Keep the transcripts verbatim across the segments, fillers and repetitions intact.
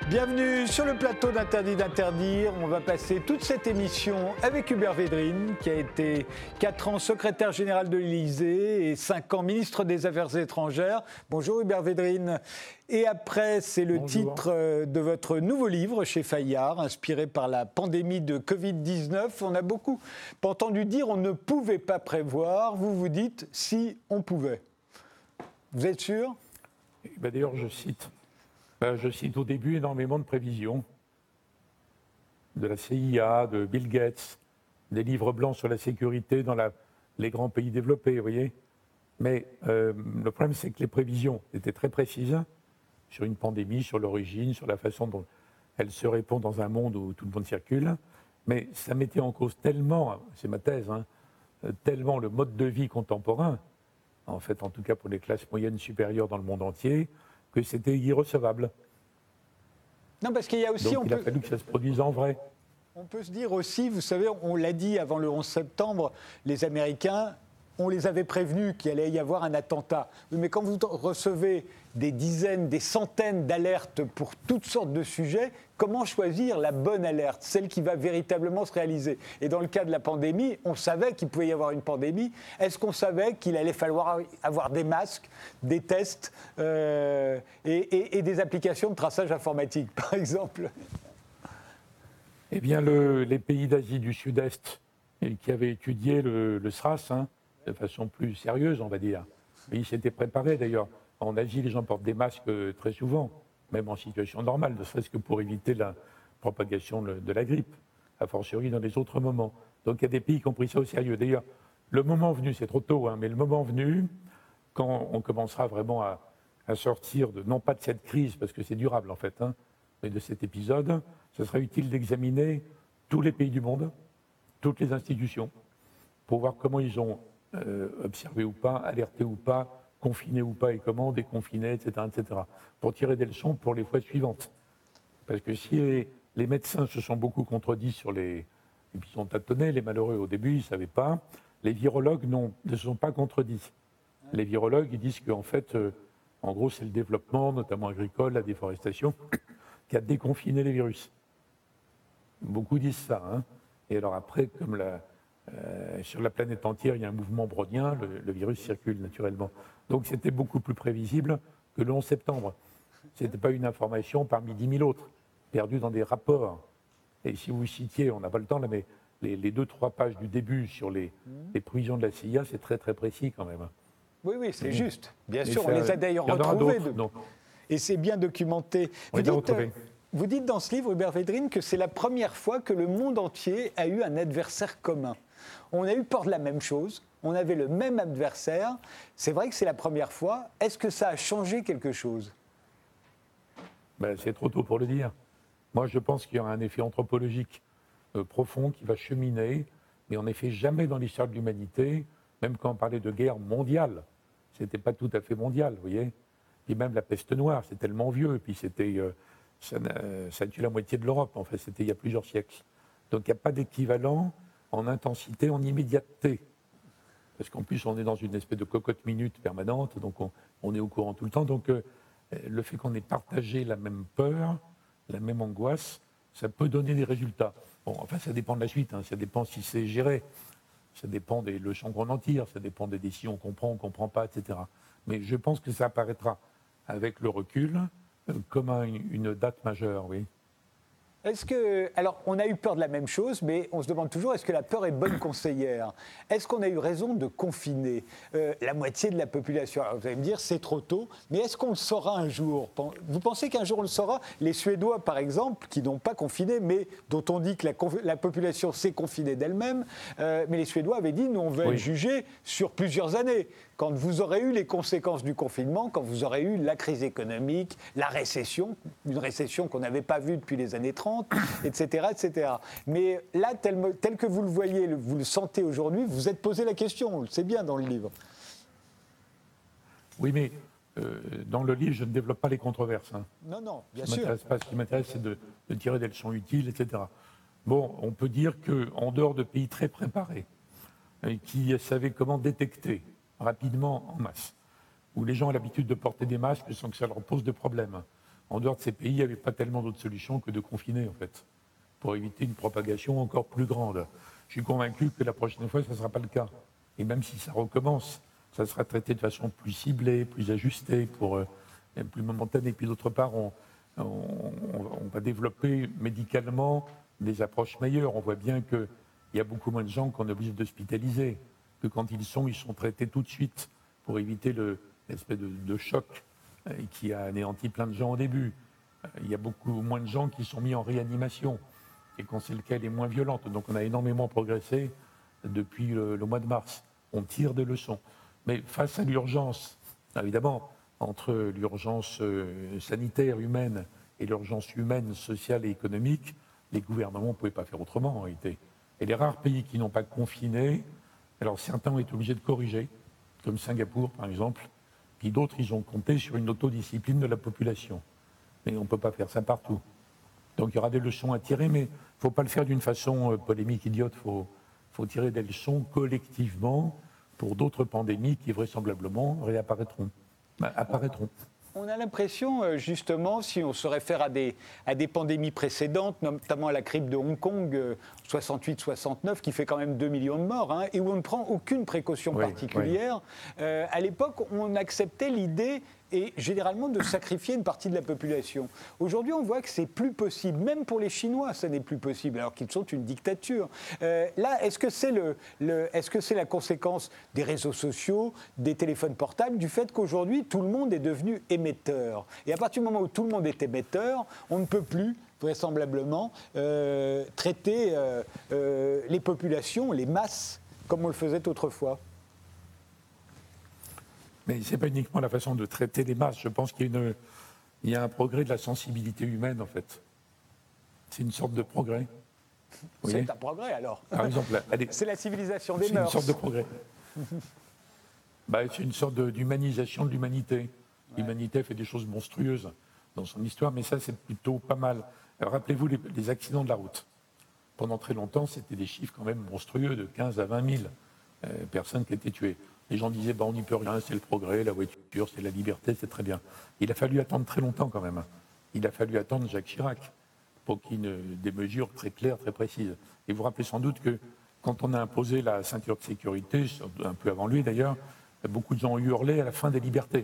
Bienvenue sur le plateau d'Interdit d'interdire. On va passer toute cette émission avec Hubert Védrine, qui a été quatre ans secrétaire général de l'Élysée et cinq ans ministre des Affaires étrangères. Bonjour Hubert Védrine. Et après, c'est le Bonjour. titre de votre nouveau livre chez Fayard, inspiré par la pandémie de covid dix-neuf. On a beaucoup entendu dire on ne pouvait pas prévoir. Vous vous dites si on pouvait. Vous êtes sûr ? Ben D'ailleurs, je cite. Ben, je cite au début énormément de prévisions de la C I A, de Bill Gates, des livres blancs sur la sécurité dans la, les grands pays développés, vous voyez. Mais euh, le problème, c'est que les prévisions étaient très précises sur une pandémie, sur l'origine, sur la façon dont elle se répand dans un monde où tout le monde circule. Mais ça mettait en cause tellement, c'est ma thèse, hein, tellement le mode de vie contemporain, en fait, en tout cas pour les classes moyennes supérieures dans le monde entier, que c'était irrecevable. Non, parce qu'il y a aussi... Donc on il peut... a fallu que ça se produise en vrai. On peut se dire aussi, vous savez, on l'a dit avant le onze septembre, les Américains, on les avait prévenus qu'il allait y avoir un attentat. Oui, mais quand vous recevez des dizaines, des centaines d'alertes pour toutes sortes de sujets, comment choisir la bonne alerte, celle qui va véritablement se réaliser ? Et dans le cas de la pandémie, on savait qu'il pouvait y avoir une pandémie. Est-ce qu'on savait qu'il allait falloir avoir des masques, des tests euh, et, et, et des applications de traçage informatique, par exemple ? Eh bien, le, les pays d'Asie du Sud-Est qui avaient étudié le, le SRAS, hein, de façon plus sérieuse, on va dire, mais ils s'étaient préparés d'ailleurs. En Asie, les gens portent des masques très souvent, même en situation normale, ne serait-ce que pour éviter la propagation de la grippe, a fortiori dans les autres moments. Donc il y a des pays qui ont pris ça au sérieux. D'ailleurs, le moment venu, c'est trop tôt, hein, mais le moment venu, quand on commencera vraiment à, à sortir, de, non pas de cette crise, parce que c'est durable en fait, hein, mais de cet épisode, ce sera utile d'examiner tous les pays du monde, toutes les institutions, pour voir comment ils ont euh, observé ou pas, alerté ou pas, confiné ou pas et comment, déconfiné, et cetera, et cetera, pour tirer des leçons pour les fois suivantes. Parce que si les, les médecins se sont beaucoup contredits sur les... et puis ils ont tâtonné, les malheureux au début, ils ne savaient pas, les virologues non, ne se sont pas contredits. Les virologues, ils disent qu'en fait, euh, en gros, c'est le développement, notamment agricole, la déforestation, qui a déconfiné les virus. Beaucoup disent ça. Hein. Et alors après, comme la, euh, sur la planète entière, il y a un mouvement brownien, le, le virus circule naturellement. Donc c'était beaucoup plus prévisible que le onze septembre. Ce n'était pas une information parmi dix mille autres, perdue dans des rapports. Et si vous citiez, on n'a pas le temps là, mais les, les deux, trois pages du début sur les, les prévisions de la C I A, c'est très très précis quand même. Oui, oui, c'est juste. Bien Et sûr, ça, on les a d'ailleurs retrouvés. De... Et c'est bien documenté. Vous dites, vous dites dans ce livre, Hubert Védrine, que c'est la première fois que le monde entier a eu un adversaire commun. On a eu peur de la même chose, on avait le même adversaire. C'est vrai que c'est la première fois. Est-ce que ça a changé quelque chose ? Ben, c'est trop tôt pour le dire. Moi, je pense qu'il y aura un effet anthropologique euh, profond qui va cheminer, mais en effet, jamais dans l'histoire de l'humanité, même quand on parlait de guerre mondiale, c'était pas tout à fait mondial, vous voyez. Puis même la peste noire, c'est tellement vieux, et puis c'était, euh, ça, ça a tué la moitié de l'Europe, en fait, c'était il y a plusieurs siècles. Donc il n'y a pas d'équivalent en intensité, en immédiateté. Parce qu'en plus, on est dans une espèce de cocotte-minute permanente, donc on, on est au courant tout le temps. Donc euh, le fait qu'on ait partagé la même peur, la même angoisse, ça peut donner des résultats. Bon, enfin, ça dépend de la suite, hein, ça dépend si c'est géré. Ça dépend des leçons qu'on en tire, ça dépend des décisions qu'on prend, qu'on ne comprend pas, et cetera. Mais je pense que ça apparaîtra avec le recul euh, comme un, une date majeure, oui. Est-ce que, alors, on a eu peur de la même chose, mais on se demande toujours, est-ce que la peur est bonne conseillère ? Est-ce qu'on a eu raison de confiner euh, la moitié de la population ? Alors, vous allez me dire, c'est trop tôt, mais est-ce qu'on le saura un jour ? Vous pensez qu'un jour on le saura ? Les Suédois, par exemple, qui n'ont pas confiné, mais dont on dit que la, la population s'est confinée d'elle-même, euh, mais les Suédois avaient dit, nous, on veut oui. être jugés sur plusieurs années. Quand vous aurez eu les conséquences du confinement, quand vous aurez eu la crise économique, la récession, une récession qu'on n'avait pas vue depuis les années trente, et cetera, et cetera. Mais là, tel, tel que vous le voyez, vous le sentez aujourd'hui, vous vous êtes posé la question, on le sait bien dans le livre. Oui, mais euh, dans le livre, je ne développe pas les controverses. Hein. Non, non, bien sûr. sûr. Pas. Ce qui m'intéresse, c'est de, de tirer des leçons utiles, et cetera. Bon, on peut dire qu'en dehors de pays très préparés, qui savaient comment détecter rapidement en masse, où les gens ont l'habitude de porter des masques sans que ça leur pose de problème, en dehors de ces pays, il n'y avait pas tellement d'autres solutions que de confiner, en fait, pour éviter une propagation encore plus grande. Je suis convaincu que la prochaine fois, ça ne sera pas le cas. Et même si ça recommence, ça sera traité de façon plus ciblée, plus ajustée, pour, euh, plus momentanée. Et puis d'autre part, on, on, on va développer médicalement des approches meilleures. On voit bien qu'il y a beaucoup moins de gens qu'on est obligé d'hospitaliser, que quand ils sont, ils sont traités tout de suite pour éviter le, l'espèce de, de choc euh, qui a anéanti plein de gens au début. Euh, il y a beaucoup moins de gens qui sont mis en réanimation. Et quand c'est le cas, elle est moins violente. Donc on a énormément progressé depuis le, le mois de mars. On tire des leçons. Mais face à l'urgence, évidemment, entre l'urgence euh, sanitaire humaine et l'urgence humaine, sociale et économique, les gouvernements ne pouvaient pas faire autrement en réalité. Et les rares pays qui n'ont pas confiné, alors certains ont été obligés de corriger, comme Singapour par exemple, puis d'autres, ils ont compté sur une autodiscipline de la population. Mais on ne peut pas faire ça partout. Donc il y aura des leçons à tirer, mais il ne faut pas le faire d'une façon euh, polémique, idiote. Il faut, faut tirer des leçons collectivement pour d'autres pandémies qui vraisemblablement réapparaîtront. Bah, apparaîtront. On a l'impression, justement, si on se réfère à des, à des pandémies précédentes, notamment à la grippe de Hong Kong, soixante-huit soixante-neuf, qui fait quand même deux millions de morts, hein, et où on ne prend aucune précaution oui, particulière. Oui. Euh, à l'époque, on acceptait l'idée, et généralement, de sacrifier une partie de la population. Aujourd'hui, on voit que c'est plus possible. Même pour les Chinois, ça n'est plus possible, alors qu'ils sont une dictature. Euh, là, est-ce que c'est le, le, est-ce que c'est la conséquence des réseaux sociaux, des téléphones portables, du fait qu'aujourd'hui, tout le monde est devenu émetteur. Et à partir du moment où tout le monde est émetteur, on ne peut plus, vraisemblablement, euh, traiter euh, euh, les populations, les masses, comme on le faisait autrefois. Mais ce n'est pas uniquement la façon de traiter les masses. Je pense qu'il y a, une, il y a un progrès de la sensibilité humaine, en fait. C'est une sorte de progrès. C'est un progrès, alors. Par exemple, allez, c'est la civilisation des c'est mœurs. C'est une sorte de progrès. bah, c'est une sorte de, d'humanisation de l'humanité. Ouais. L'humanité fait des choses monstrueuses dans son histoire, mais ça, c'est plutôt pas mal. Alors, rappelez-vous les, les accidents de la route. Pendant très longtemps, c'était des chiffres quand même monstrueux, de quinze à vingt mille euh, personnes qui étaient tuées. Les gens disaient, bah, on n'y peut rien, c'est le progrès, la voiture, c'est la liberté, c'est très bien. Il a fallu attendre très longtemps quand même. Il a fallu attendre Jacques Chirac pour qu'il y ait des mesures très claires, très précises. Et vous vous rappelez sans doute que quand on a imposé la ceinture de sécurité, un peu avant lui d'ailleurs, beaucoup de gens ont hurlé à la fin des libertés.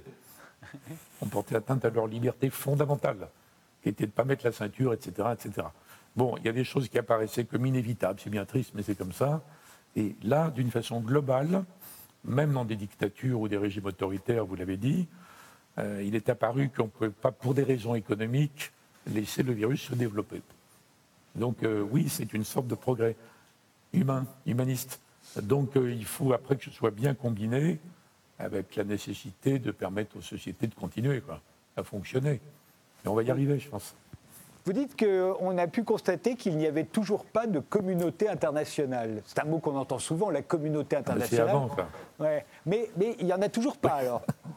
On portait atteinte à leur liberté fondamentale, qui était de ne pas mettre la ceinture, et cetera, et cetera. Bon, il y a des choses qui apparaissaient comme inévitables, c'est bien triste, mais c'est comme ça. Et là, d'une façon globale, même dans des dictatures ou des régimes autoritaires, vous l'avez dit, euh, il est apparu qu'on ne pouvait pas, pour des raisons économiques, laisser le virus se développer. Donc euh, oui, c'est une sorte de progrès humain, humaniste. Donc euh, il faut après que ce soit bien combiné avec la nécessité de permettre aux sociétés de continuer quoi, à fonctionner. Et on va y arriver, je pense. Vous dites qu'on a pu constater qu'il n'y avait toujours pas de communauté internationale. C'est un mot qu'on entend souvent, la communauté internationale. C'est avant, ça. Ouais. Mais, mais il n'y en a toujours pas, alors.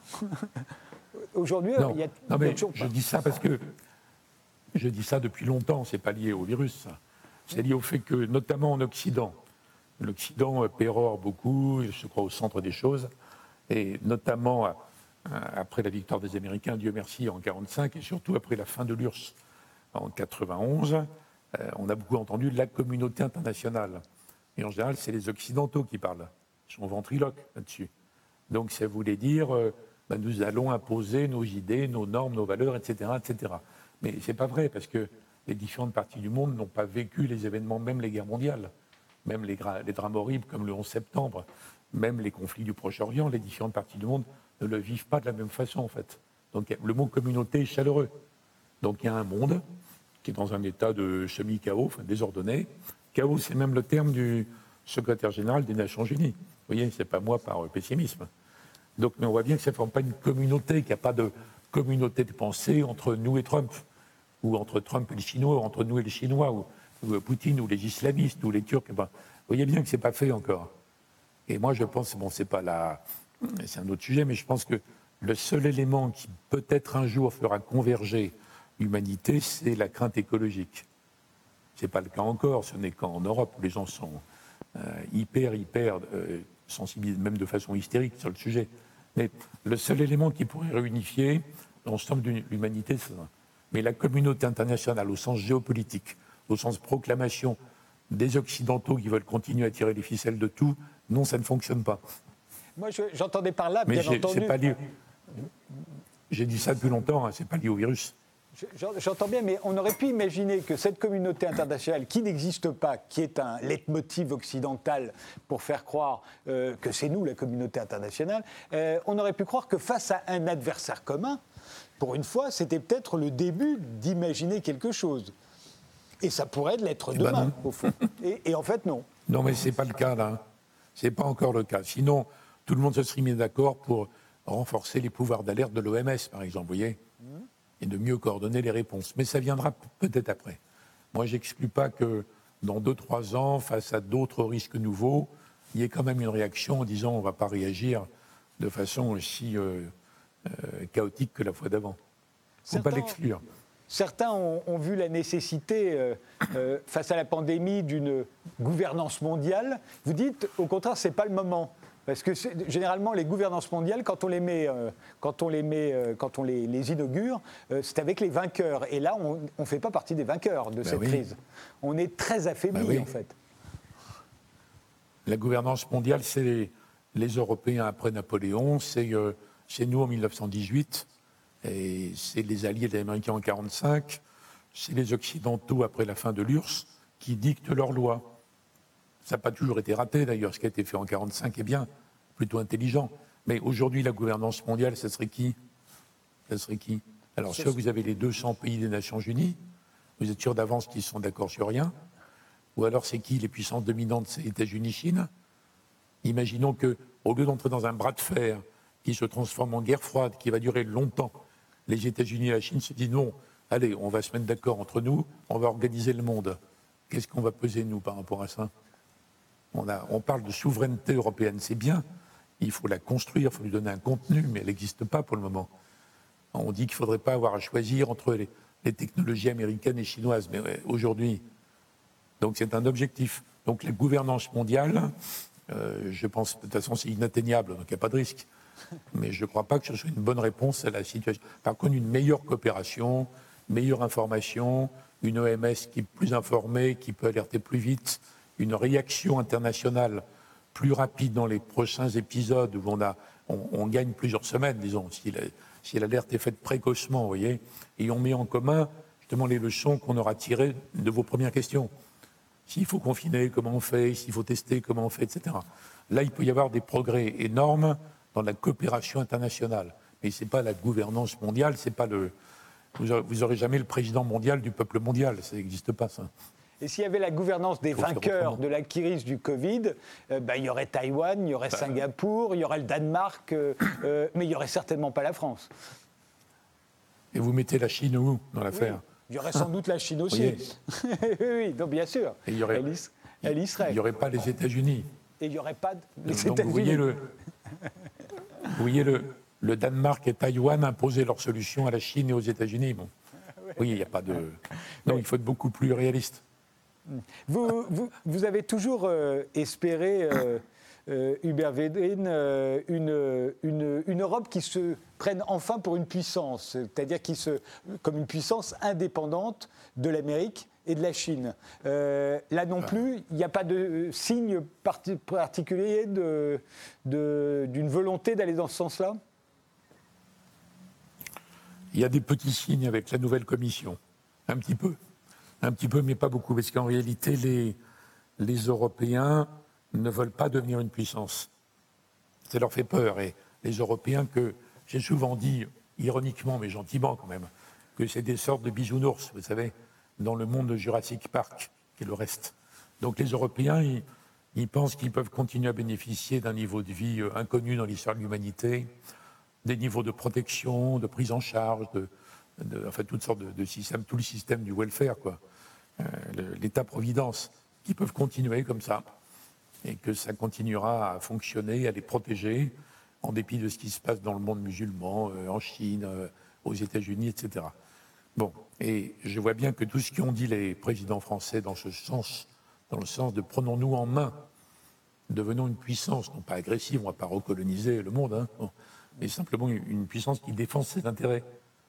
Aujourd'hui, non, il y a, non, il y a mais toujours je pas. dis ça parce que je dis ça depuis longtemps, c'est pas lié au virus, ça. C'est lié au fait que, notamment en Occident, l'Occident pérore beaucoup, je crois, au centre des choses, et notamment après la victoire des Américains, Dieu merci, en mille neuf cent quarante-cinq, et surtout après la fin de l'U R S S en mille neuf cent quatre-vingt-onze, euh, on a beaucoup entendu la communauté internationale. Et en général, c'est les Occidentaux qui parlent. Ils sont ventriloques là-dessus. Donc ça voulait dire, euh, ben, nous allons imposer nos idées, nos normes, nos valeurs, et cetera, et cetera. Mais ce n'est pas vrai, parce que les différentes parties du monde n'ont pas vécu les événements, même les guerres mondiales, même les, gra- les drames horribles comme le onze septembre, même les conflits du Proche-Orient, les différentes parties du monde ne le vivent pas de la même façon, en fait. Donc le mot communauté est chaleureux. Donc il y a un monde qui est dans un état de semi-chaos, enfin désordonné. Chaos, c'est même le terme du secrétaire général des Nations Unies. Vous voyez, ce n'est pas moi par pessimisme. Donc, mais on voit bien que ça ne forme pas une communauté, qu'il n'y a pas de communauté de pensée entre nous et Trump, ou entre Trump et les Chinois, ou entre nous et les Chinois, ou, ou Poutine, ou les islamistes, ou les Turcs. Ben, vous voyez bien que ce n'est pas fait encore. Et moi, je pense, bon, c'est pas la, c'est un autre sujet, mais je pense que le seul élément qui peut-être un jour fera converger l'humanité, c'est la crainte écologique. Ce n'est pas le cas encore, ce n'est qu'en Europe où les gens sont euh, hyper, hyper euh, sensibilisés, même de façon hystérique sur le sujet. Mais le seul élément qui pourrait réunifier l'ensemble de l'humanité, Mais la communauté internationale, au sens géopolitique, au sens proclamation des Occidentaux qui veulent continuer à tirer les ficelles de tout, non, ça ne fonctionne pas. Moi, je, j'entendais par là, Mais bien j'ai, entendu. c'est pas lié. J'ai dit ça depuis longtemps, hein, c'est pas lié au virus. J'entends bien, mais on aurait pu imaginer que cette communauté internationale, qui n'existe pas, qui est un leitmotiv occidental pour faire croire euh, que c'est nous, la communauté internationale, euh, on aurait pu croire que face à un adversaire commun, pour une fois, c'était peut-être le début d'imaginer quelque chose. Et ça pourrait l'être Eh demain, ben au fond. Et, et en fait, non. Non, mais c'est pas le cas, là. C'est pas encore le cas. Sinon, tout le monde se serait mis d'accord pour renforcer les pouvoirs d'alerte de l'O M S, par exemple, vous voyez, et de mieux coordonner les réponses. Mais ça viendra peut-être après. Moi, j'exclus pas que dans deux, trois ans, face à d'autres risques nouveaux, il y ait quand même une réaction en disant on ne va pas réagir de façon aussi euh, euh, chaotique que la fois d'avant. Il ne faut pas l'exclure. Certains ont, ont vu la nécessité, euh, euh, face à la pandémie, d'une gouvernance mondiale. Vous dites, au contraire, ce n'est pas le moment. Parce que généralement, les gouvernances mondiales, quand on les met, euh, quand on les, met, euh, quand on les, les inaugure, euh, c'est avec les vainqueurs. Et là, on ne fait pas partie des vainqueurs de ben cette oui. crise. On est très affaiblis, ben oui. en fait. La gouvernance mondiale, c'est les, les Européens après Napoléon, c'est euh, nous en mille neuf cent dix-huit, et c'est les alliés des Américains en mille neuf cent quarante-cinq, c'est les Occidentaux après la fin de l'U R S S qui dictent leurs lois. Ça n'a pas toujours été raté, d'ailleurs. Ce qui a été fait en mille neuf cent quarante-cinq est bien, plutôt intelligent. Mais aujourd'hui, la gouvernance mondiale, ça serait qui Ça serait qui Alors, soit vous avez les deux cents pays des Nations Unies, vous êtes sûr d'avance qu'ils sont d'accord sur rien, ou alors c'est qui les puissances dominantes, c'est États-Unis, Chine. Imaginons qu'au lieu d'entrer dans un bras de fer qui se transforme en guerre froide, qui va durer longtemps, les États-Unis et la Chine se disent non, allez, on va se mettre d'accord entre nous, on va organiser le monde. Qu'est-ce qu'on va peser, nous, par rapport à ça ? On, a, on parle de souveraineté européenne, c'est bien, il faut la construire, il faut lui donner un contenu, mais elle n'existe pas pour le moment. On dit qu'il ne faudrait pas avoir à choisir entre les, les technologies américaines et chinoises, mais ouais, aujourd'hui, donc c'est un objectif. Donc la gouvernance mondiale, euh, je pense, de toute façon c'est inatteignable, donc il n'y a pas de risque. Mais je ne crois pas que ce soit une bonne réponse à la situation. Par contre, une meilleure coopération, meilleure information, une O M S qui est plus informée, qui peut alerter plus vite, une réaction internationale plus rapide dans les prochains épisodes où on, a, on, on gagne plusieurs semaines, disons, si, la, si l'alerte est faite précocement, vous voyez, et on met en commun justement les leçons qu'on aura tirées de vos premières questions. S'il faut confiner, comment on fait, s'il faut tester, comment on fait, et cetera. Là, il peut y avoir des progrès énormes dans la coopération internationale. Mais ce n'est pas la gouvernance mondiale, c'est pas le... Vous n'aurez jamais le président mondial du peuple mondial, ça n'existe pas, ça. Et s'il y avait la gouvernance des vainqueurs de la crise du Covid, euh, bah, il y aurait Taïwan, il y aurait bah, Singapour, il y aurait le Danemark, euh, euh, mais il n'y aurait certainement pas la France. Et vous mettez la Chine où dans l'affaire ? Oui, il y aurait sans doute la Chine aussi. oui, oui, donc bien sûr. Et il y aurait, elle, y, elle y serait. Il n'y aurait pas les États-Unis. Et il n'y aurait pas les donc, États-Unis. Vous voyez, le, vous voyez le, le Danemark et Taïwan imposer leur solution à la Chine et aux États-Unis. Bon. Oui, il n'y a pas de... Non, il faut être beaucoup plus réaliste. Vous, vous, vous avez toujours euh, espéré, euh, euh, Hubert Védrine, euh, une, une, une Europe qui se prenne enfin pour une puissance, c'est-à-dire qui se, comme une puissance indépendante de l'Amérique et de la Chine. Euh, là non plus, il n'y a pas de signe parti, particulier de, de, d'une volonté d'aller dans ce sens-là ? Il y a des petits signes avec la nouvelle commission, un petit peu. Un petit peu, mais pas beaucoup, parce qu'en réalité, les, les Européens ne veulent pas devenir une puissance. Ça leur fait peur. Et les Européens, que j'ai souvent dit, ironiquement, mais gentiment quand même, que c'est des sortes de bisounours, vous savez, dans le monde de Jurassic Park, qui est le reste. Donc les Européens, ils, ils pensent qu'ils peuvent continuer à bénéficier d'un niveau de vie inconnu dans l'histoire de l'humanité, des niveaux de protection, de prise en charge, de... De, enfin, toutes sortes de, de systèmes, tout le système du welfare, quoi, euh, l'État-providence, qui peuvent continuer comme ça, et que ça continuera à fonctionner, à les protéger, en dépit de ce qui se passe dans le monde musulman, euh, en Chine, euh, aux États-Unis, et cetera. Bon, et je vois bien que tout ce qu'ont dit les présidents français dans ce sens, dans le sens de prenons-nous en main, devenons une puissance, non pas agressive, on ne va pas recoloniser le monde, hein, non, mais simplement une puissance qui défend ses intérêts.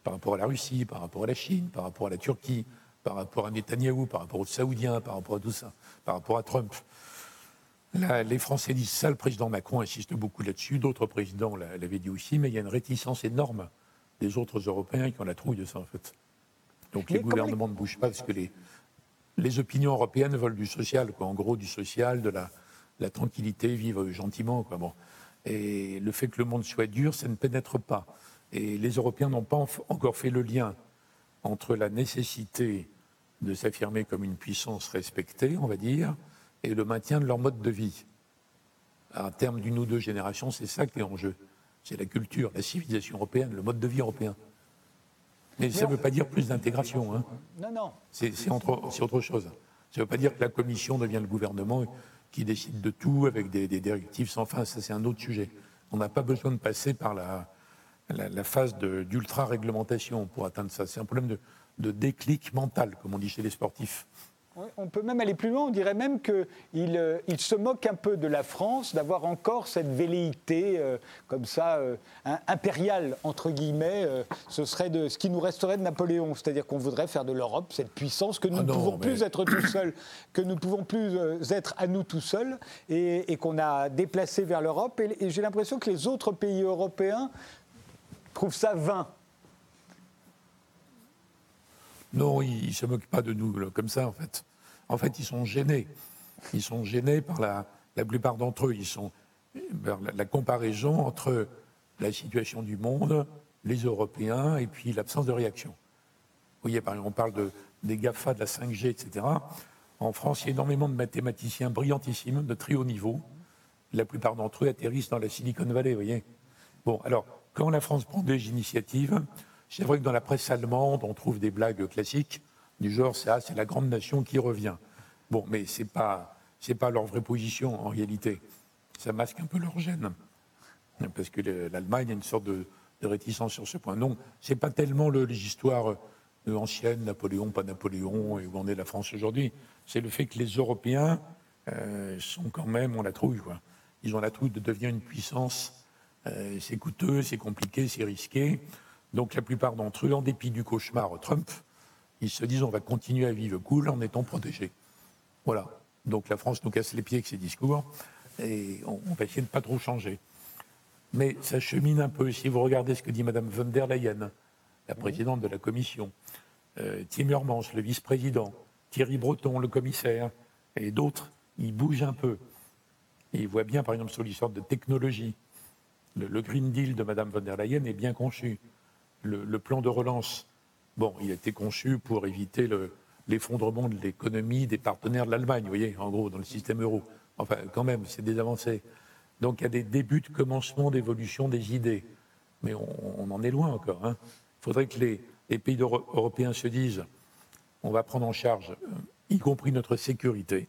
par rapport à la Russie, par rapport à la Chine, par rapport à la Turquie, par rapport à Netanyahou, par rapport aux Saoudiens, par rapport à tout ça, par rapport à Trump. Là, les Français disent ça, le président Macron insiste beaucoup là-dessus, d'autres présidents l'avaient dit aussi, mais il y a une réticence énorme des autres Européens qui ont la trouille de ça, en fait. Donc mais les gouvernements les... ne bougent pas parce que les, les opinions européennes veulent du social, quoi. En gros du social, de la, la tranquillité, vivre gentiment, quoi. Bon. Et le fait que le monde soit dur, ça ne pénètre pas. Et les Européens n'ont pas encore fait le lien entre la nécessité de s'affirmer comme une puissance respectée, on va dire, et le maintien de leur mode de vie. À terme d'une ou deux générations, c'est ça qui est en jeu. C'est la culture, la civilisation européenne, le mode de vie européen. Mais ça ne veut pas dire plus d'intégration. Hein. Non, non. C'est, c'est, autre, c'est autre chose. Ça ne veut pas dire que la Commission devient le gouvernement qui décide de tout avec des, des directives sans fin. Ça, c'est un autre sujet. On n'a pas besoin de passer par la, la, la phase de, d'ultra-réglementation pour atteindre ça. C'est un problème de, de déclic mental, comme on dit chez les sportifs. On peut même aller plus loin, on dirait même qu'il euh, il se moque un peu de la France d'avoir encore cette velléité euh, comme ça, euh, hein, impériale, entre guillemets, euh, ce serait de, ce qui nous resterait de Napoléon, c'est-à-dire qu'on voudrait faire de l'Europe cette puissance que nous ah ne non, pouvons mais... plus être tout seuls, que nous ne pouvons plus euh, être à nous tout seuls et, et qu'on a déplacé vers l'Europe. Et, et j'ai l'impression que les autres pays européens trouvent ça vain. Non, ils ne se moquent pas de nous là, comme ça, en fait. En fait, ils sont gênés. Ils sont gênés par la, la plupart d'entre eux. Ils sont par la, la comparaison entre la situation du monde, les Européens, et puis l'absence de réaction. Vous voyez, par exemple, on parle de, des GAFA, de la cinq G, et cetera. En France, il y a énormément de mathématiciens brillantissimes, de très haut niveau. La plupart d'entre eux atterrissent dans la Silicon Valley, vous voyez. Bon, alors, quand la France prend des initiatives, c'est vrai que dans la presse allemande, on trouve des blagues classiques, du genre, ça, c'est la grande nation qui revient. Bon, mais ce n'est pas, c'est pas leur vraie position, en réalité. Ça masque un peu leur gêne. Parce que l'Allemagne a une sorte de, de réticence sur ce point. Non, ce n'est pas tellement le, les histoires anciennes, Napoléon, pas Napoléon, et où en est la France aujourd'hui. C'est le fait que les Européens euh, sont quand même, on la trouille, quoi. Ils ont la trouille de devenir une puissance. Euh, c'est coûteux, c'est compliqué, c'est risqué. Donc la plupart d'entre eux, en dépit du cauchemar Trump, ils se disent on va continuer à vivre cool en étant protégés. Voilà. Donc la France nous casse les pieds avec ses discours et on, on va essayer de ne pas trop changer. Mais ça chemine un peu. Si vous regardez ce que dit Mme von der Leyen, la présidente de la Commission, euh, Timmermans, le vice-président, Thierry Breton, le commissaire, et d'autres, ils bougent un peu. Et ils voient bien, par exemple, sur l'histoire de technologie. Le, le Green Deal de Mme von der Leyen est bien conçu. Le, le plan de relance, bon, il a été conçu pour éviter le, l'effondrement de l'économie des partenaires de l'Allemagne, vous voyez, en gros, dans le système euro. Enfin, quand même, c'est des avancées. Donc, il y a des débuts de commencement d'évolution des idées. Mais on, on en est loin encore. Hein. Il faudrait que les, les pays européens se disent on va prendre en charge, y compris notre sécurité.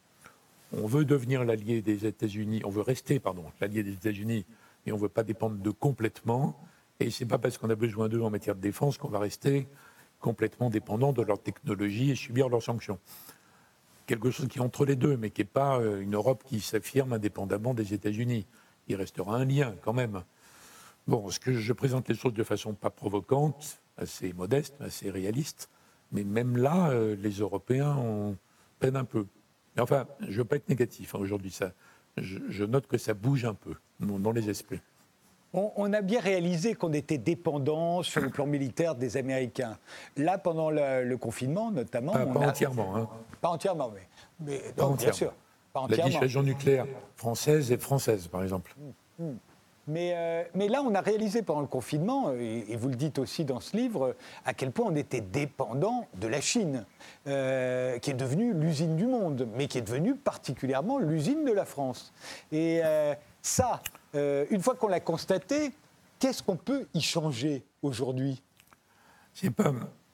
On veut devenir l'allié des États-Unis, on veut rester, pardon, l'allié des États-Unis, mais on ne veut pas dépendre d'eux complètement. Et ce n'est pas parce qu'on a besoin d'eux en matière de défense qu'on va rester complètement dépendant de leur technologie et subir leurs sanctions. Quelque chose qui est entre les deux, mais qui n'est pas une Europe qui s'affirme indépendamment des États-Unis. Il restera un lien quand même. Bon, ce que je présente les choses de façon pas provocante, assez modeste, assez réaliste, mais même là, euh, les Européens en peinent un peu. Mais enfin, je ne veux pas être négatif hein, aujourd'hui. Ça, je, je note que ça bouge un peu dans, dans les esprits. On, on a bien réalisé qu'on était dépendant sur le plan militaire des Américains. Là, pendant le, le confinement, notamment... Pas, on pas a... entièrement. Hein. Pas entièrement, mais... mais pas donc, entièrement. Bien sûr. Pas entièrement. La dissuasion nucléaire française et française, par exemple. Mmh, mmh. Mais, euh, mais là, on a réalisé pendant le confinement, et, et vous le dites aussi dans ce livre, à quel point on était dépendant de la Chine, euh, qui est devenue l'usine du monde, mais qui est devenue particulièrement l'usine de la France. Et euh, ça, euh, une fois qu'on l'a constaté, qu'est-ce qu'on peut y changer aujourd'hui ? C'est pas,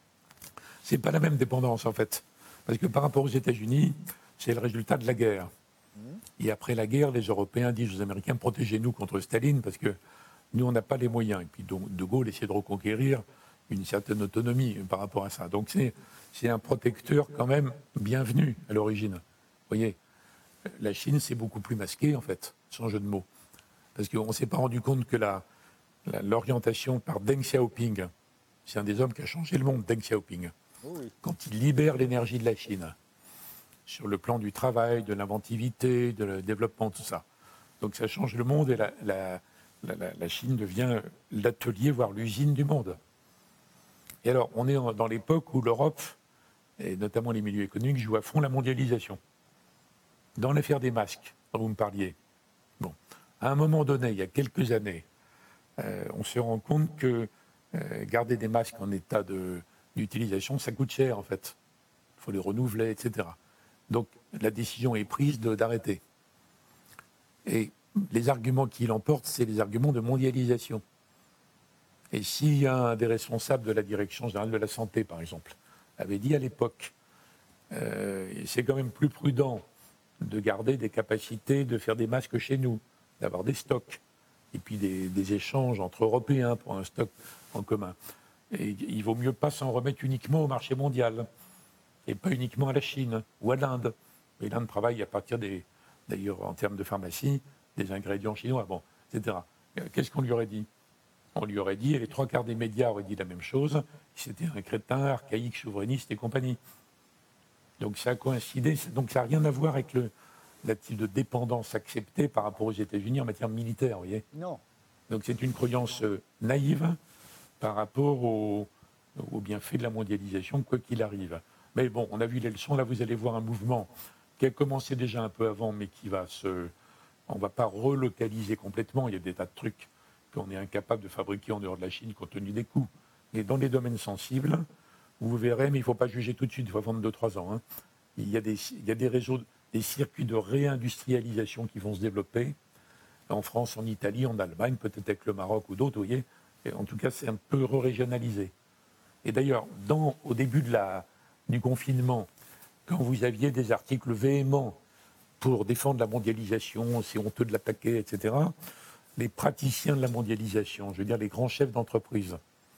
c'est pas la même dépendance, en fait. Parce que par rapport aux États-Unis, c'est le résultat de la guerre. Et après la guerre, les Européens disent aux Américains, protégez-nous contre Staline, parce que nous, on n'a pas les moyens. Et puis De Gaulle essaie de reconquérir une certaine autonomie par rapport à ça. Donc c'est, c'est un protecteur quand même bienvenu à l'origine. Vous voyez, la Chine, c'est beaucoup plus masqué, en fait, sans jeu de mots. Parce qu'on ne s'est pas rendu compte que la, la, l'orientation par Deng Xiaoping, c'est un des hommes qui a changé le monde, Deng Xiaoping. Oh oui. Quand il libère l'énergie de la Chine, sur le plan du travail, de l'inventivité, de le développement, tout ça. Donc ça change le monde et la, la, la, la Chine devient l'atelier, voire l'usine du monde. Et alors, on est dans l'époque où l'Europe, et notamment les milieux économiques, jouent à fond la mondialisation. Dans l'affaire des masques, dont vous me parliez, bon, à un moment donné, il y a quelques années, euh, on se rend compte que euh, garder des masques en état de, d'utilisation, ça coûte cher en fait. Il faut les renouveler, et cetera. Donc la décision est prise de, d'arrêter. Et les arguments qui l'emportent, c'est les arguments de mondialisation. Et si un des responsables de la Direction générale de la santé, par exemple, avait dit à l'époque, euh, c'est quand même plus prudent de garder des capacités de faire des masques chez nous, d'avoir des stocks, et puis des, des échanges entre Européens pour un stock en commun. Et il vaut mieux pas s'en remettre uniquement au marché mondial, et pas uniquement à la Chine ou à l'Inde. Et l'Inde travaille à partir des, d'ailleurs en termes de pharmacie, des ingrédients chinois, bon, et cetera. Qu'est-ce qu'on lui aurait dit ? On lui aurait dit, et les trois quarts des médias auraient dit la même chose, c'était un crétin, archaïque, souverainiste et compagnie. Donc ça a coïncidé, donc ça n'a rien à voir avec le, la type de dépendance acceptée par rapport aux États-Unis en matière militaire, vous voyez ? Non. Donc c'est une croyance naïve par rapport au, au bienfait de la mondialisation, quoi qu'il arrive. Mais bon, on a vu les leçons, là vous allez voir un mouvement qui a commencé déjà un peu avant, mais qui va se... On ne va pas relocaliser complètement, il y a des tas de trucs qu'on est incapable de fabriquer en dehors de la Chine compte tenu des coûts. Et dans les domaines sensibles, vous verrez, mais il ne faut pas juger tout de suite, il faut attendre deux trois ans. Hein. Il y a des, il y a des réseaux, des circuits de réindustrialisation qui vont se développer, en France, en Italie, en Allemagne, peut-être avec le Maroc ou d'autres, vous voyez. Et en tout cas, c'est un peu régionalisé. Et d'ailleurs, dans, au début de la, du confinement, quand vous aviez des articles véhéments pour défendre la mondialisation, c'est honteux de l'attaquer, et cetera, les praticiens de la mondialisation, je veux dire les grands chefs d'entreprise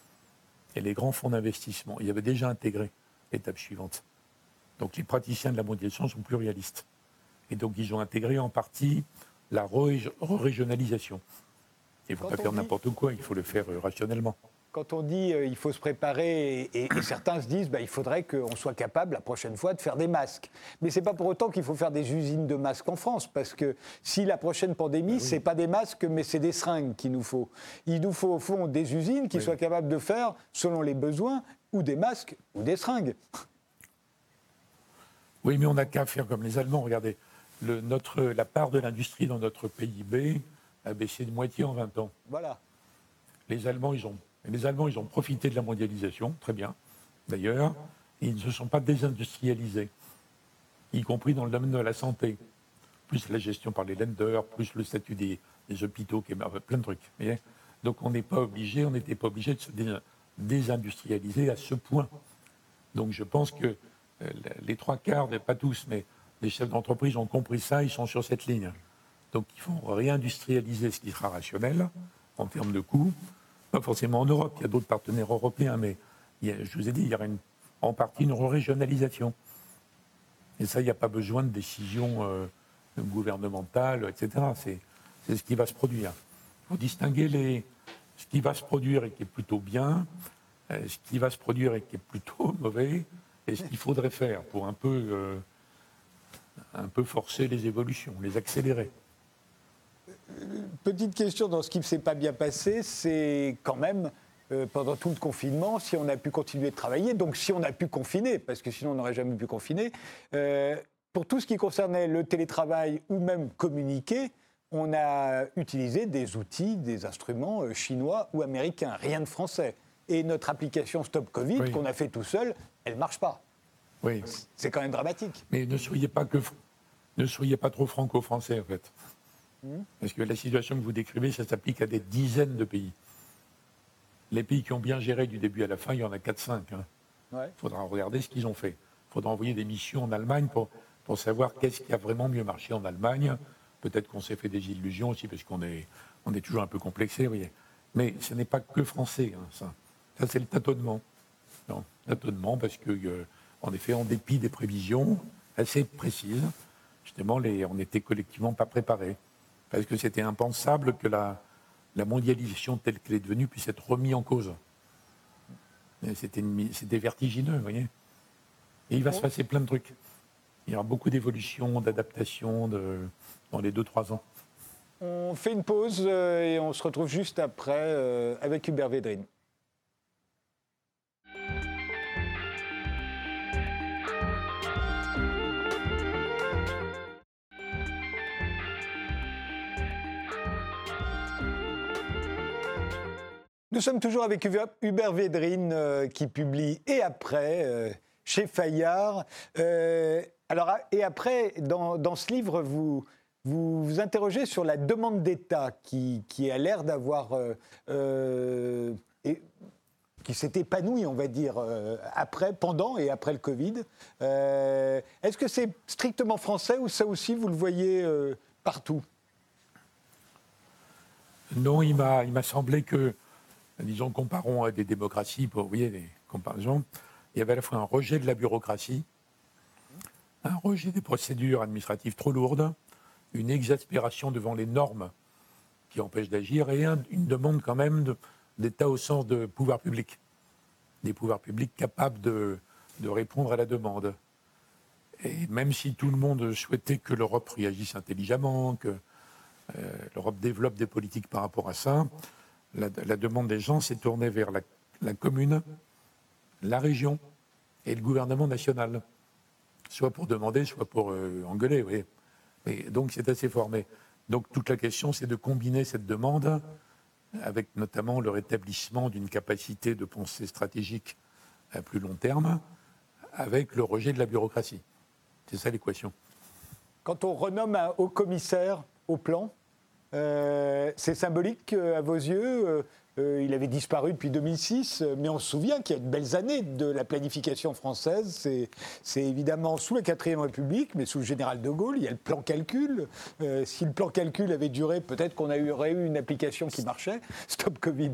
et les grands fonds d'investissement, ils avaient déjà intégré l'étape suivante. Donc les praticiens de la mondialisation sont pluralistes. Et donc ils ont intégré en partie la régionalisation. Il ne faut pas faire dit... n'importe quoi, il faut le faire rationnellement. Quand on dit euh, il faut se préparer, et, et, et certains se disent bah, il faudrait qu'on soit capable la prochaine fois de faire des masques. Mais ce n'est pas pour autant qu'il faut faire des usines de masques en France, parce que si la prochaine pandémie, bah oui. ce n'est pas des masques, mais c'est des seringues qu'il nous faut. Il nous faut au fond des usines qui oui. soient capables de faire, selon les besoins, ou des masques ou des seringues. Oui, mais on n'a qu'à faire comme les Allemands. Regardez, le, notre, la part de l'industrie dans notre P I B a baissé de moitié en vingt ans. Voilà. Les Allemands, ils ont... Les Allemands, ils ont profité de la mondialisation, très bien, d'ailleurs, et ils ne se sont pas désindustrialisés, y compris dans le domaine de la santé. Plus la gestion par les lenders, plus le statut des, des hôpitaux, qui est, plein de trucs. Voyez. Donc on n'est pas obligé, on n'était pas obligé de se désindustrialiser à ce point. Donc je pense que euh, les trois quarts, pas tous, mais les chefs d'entreprise ont compris ça, ils sont sur cette ligne. Donc il faut réindustrialiser ce qui sera rationnel en termes de coûts. Pas forcément en Europe, il y a d'autres partenaires européens, mais il y a, je vous ai dit, il y aura une, en partie une régionalisation. Et ça, il n'y a pas besoin de décisions euh, gouvernementales, et cetera. C'est, c'est ce qui va se produire. Il faut distinguer les, ce qui va se produire et qui est plutôt bien, euh, ce qui va se produire et qui est plutôt mauvais, et ce qu'il faudrait faire pour un peu, euh, un peu forcer les évolutions, les accélérer. Petite question dans ce qui ne s'est pas bien passé, c'est quand même, euh, pendant tout le confinement, si on a pu continuer de travailler, donc si on a pu confiner, parce que sinon on n'aurait jamais pu confiner, euh, pour tout ce qui concernait le télétravail ou même communiquer, on a utilisé des outils, des instruments euh, chinois ou américains, rien de français. Et notre application Stop Covid, oui. qu'on a fait tout seul, elle ne marche pas. Oui. C'est quand même dramatique. Mais ne soyez pas, que, ne soyez pas trop franco-français, en fait. Parce que la situation que vous décrivez, ça s'applique à des dizaines de pays. Les pays qui ont bien géré du début à la fin, il y en a quatre cinq. Hein. Ouais. Il faudra regarder ce qu'ils ont fait. Il faudra envoyer des missions en Allemagne pour, pour savoir qu'est-ce qui a vraiment mieux marché en Allemagne. Peut-être qu'on s'est fait des illusions aussi, parce qu'on est, on est toujours un peu complexé, vous voyez. Mais ce n'est pas que français, hein, ça. Ça, c'est le tâtonnement. Non, tâtonnement, parce que, euh, en effet, en dépit des prévisions assez précises, justement, les, on n'était collectivement pas préparés. Parce que c'était impensable que la, la mondialisation telle qu'elle est devenue puisse être remise en cause. C'était, une, c'était vertigineux, vous voyez. Et il va se passer plein de trucs. Il y aura beaucoup d'évolutions, d'adaptations de, dans les deux trois ans. On fait une pause euh, et on se retrouve juste après euh, avec Hubert Védrine. Nous sommes toujours avec Hubert Védrine euh, qui publie « Et après euh, » chez Fayard. Euh, alors, et après, dans, dans ce livre, vous, vous vous interrogez sur la demande d'État qui, qui a l'air d'avoir... Euh, euh, et, qui s'est épanouie, on va dire, euh, après, pendant et après le Covid. Euh, est-ce que c'est strictement français ou ça aussi, vous le voyez euh, partout ? Non, il m'a, il m'a semblé que, disons, comparons à des démocraties, pour, vous voyez, les comparaisons, il y avait à la fois un rejet de la bureaucratie, un rejet des procédures administratives trop lourdes, une exaspération devant les normes qui empêchent d'agir et un, une demande quand même de, d'État au sens de pouvoir public, des pouvoirs publics capables de, de répondre à la demande. Et même si tout le monde souhaitait que l'Europe réagisse intelligemment, que euh, l'Europe développe des politiques par rapport à ça, la, la demande des gens s'est tournée vers la, la commune, la région et le gouvernement national, soit pour demander, soit pour euh, engueuler. Vous voyez. Et donc c'est assez formé. Donc toute la question, c'est de combiner cette demande avec notamment le rétablissement d'une capacité de pensée stratégique à plus long terme, avec le rejet de la bureaucratie. C'est ça l'équation. Quand on renomme un haut commissaire au plan, euh, c'est symbolique euh, à vos yeux euh, euh, il avait disparu depuis deux mille six, mais on se souvient qu'il y a de belles années de la planification française. C'est, c'est évidemment sous la quatrième République, mais sous le général de Gaulle, il y a le plan calcul. Euh, si le plan calcul avait duré, peut-être qu'on aurait eu une application qui marchait. Stop Covid.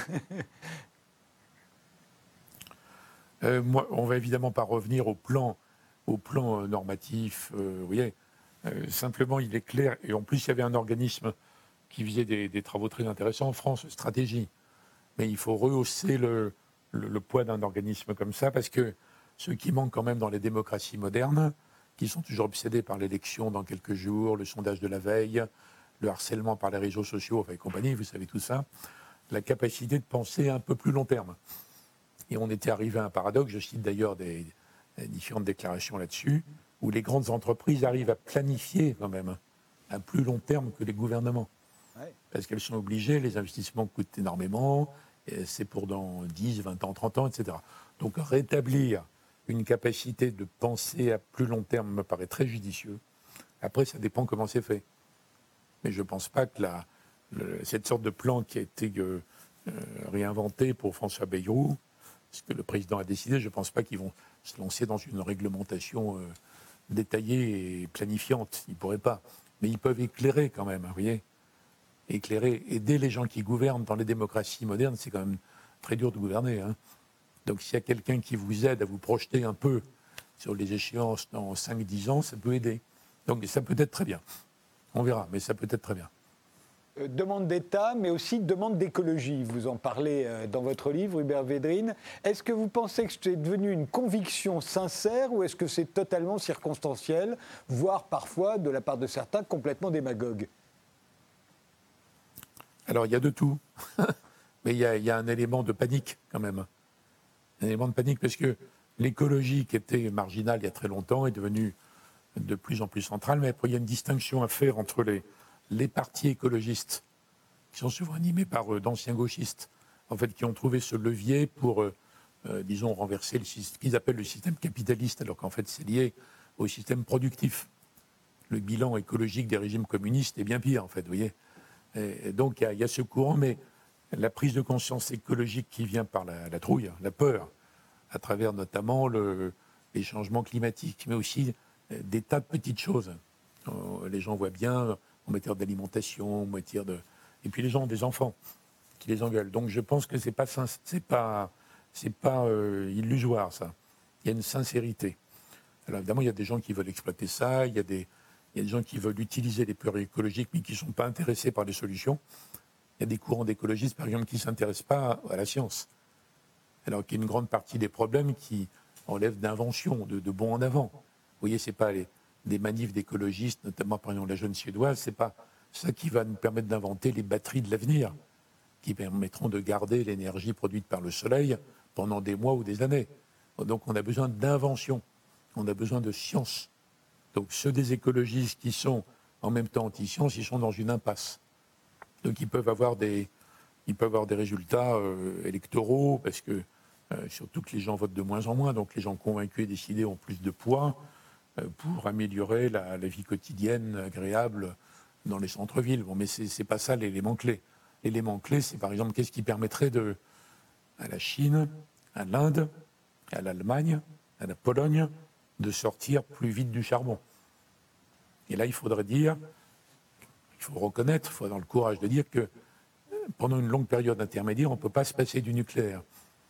euh, moi, on ne va évidemment pas revenir au plan, au plan normatif. Euh, vous voyez, euh, simplement, il est clair. Et en plus, il y avait un organisme qui faisait des, des travaux très intéressants en France, stratégie. Mais il faut rehausser le, le, le poids d'un organisme comme ça, parce que ce qui manque quand même dans les démocraties modernes, qui sont toujours obsédés par l'élection dans quelques jours, le sondage de la veille, le harcèlement par les réseaux sociaux, enfin, et compagnie, vous savez tout ça, la capacité de penser un peu plus long terme. Et on était arrivé à un paradoxe, je cite d'ailleurs des, des différentes déclarations là-dessus, où les grandes entreprises arrivent à planifier quand même à plus long terme que les gouvernements. Parce qu'elles sont obligées, les investissements coûtent énormément, et c'est pour dans dix, vingt ans, trente ans, et cetera. Donc rétablir une capacité de penser à plus long terme me paraît très judicieux. Après, ça dépend comment c'est fait. Mais je ne pense pas que la, le, cette sorte de plan qui a été euh, euh, réinventé pour François Bayrou, ce que le président a décidé, je ne pense pas qu'ils vont se lancer dans une réglementation euh, détaillée et planifiante. Ils ne pourraient pas. Mais ils peuvent éclairer quand même, vous voyez. Éclairer, aider les gens qui gouvernent dans les démocraties modernes, c'est quand même très dur de gouverner. Hein. Donc s'il y a quelqu'un qui vous aide à vous projeter un peu sur les échéances dans cinq dix ans, ça peut aider. Donc ça peut être très bien. On verra, mais ça peut être très bien. Euh, demande d'État, mais aussi demande d'écologie. Vous en parlez euh, dans votre livre, Hubert Védrine. Est-ce que vous pensez que c'est devenu une conviction sincère ou est-ce que c'est totalement circonstanciel, voire parfois, de la part de certains, complètement démagogue ? Alors, il y a de tout. Mais il y, a, il y a un élément de panique, quand même. Un élément de panique, parce que l'écologie, qui était marginale il y a très longtemps, est devenue de plus en plus centrale. Mais après, il y a une distinction à faire entre les, les partis écologistes, qui sont souvent animés par euh, d'anciens gauchistes, en fait, qui ont trouvé ce levier pour, euh, euh, disons, renverser le, ce qu'ils appellent le système capitaliste, alors qu'en fait, c'est lié au système productif. Le bilan écologique des régimes communistes est bien pire, en fait, vous voyez. Et donc il y, y a ce courant, mais la prise de conscience écologique qui vient par la, la trouille, la peur, à travers notamment le, les changements climatiques, mais aussi des tas de petites choses. Euh, les gens voient bien en matière d'alimentation, en matière de... Et puis les gens ont des enfants qui les engueulent. Donc je pense que c'est pas, c'est pas, c'est pas euh, illusoire, ça. Il y a une sincérité. Alors évidemment, il y a des gens qui veulent exploiter ça, il y a des... Il y a des gens qui veulent utiliser les peurs écologiques, mais qui ne sont pas intéressés par les solutions. Il y a des courants d'écologistes, par exemple, qui ne s'intéressent pas à la science. Alors qu'il y a une grande partie des problèmes qui relèvent d'invention, de, de bons en avant. Vous voyez, ce n'est pas les, des manifs d'écologistes, notamment par exemple la jeune suédoise, ce n'est pas ça qui va nous permettre d'inventer les batteries de l'avenir, qui permettront de garder l'énergie produite par le soleil pendant des mois ou des années. Donc on a besoin d'invention, on a besoin de science. Donc ceux des écologistes qui sont en même temps anti-science, ils sont dans une impasse. Donc ils peuvent avoir des, ils peuvent avoir des résultats euh, électoraux, parce que euh, surtout que les gens votent de moins en moins, donc les gens convaincus et décidés ont plus de poids euh, pour améliorer la, la vie quotidienne agréable dans les centres-villes. Bon, mais ce n'est pas ça l'élément clé. L'élément clé, c'est par exemple qu'est-ce qui permettrait de, à la Chine, à l'Inde, à l'Allemagne, à la Pologne, de sortir plus vite du charbon. Et là, il faudrait dire, il faut reconnaître, il faut avoir le courage de dire que pendant une longue période intermédiaire, on ne peut pas se passer du nucléaire.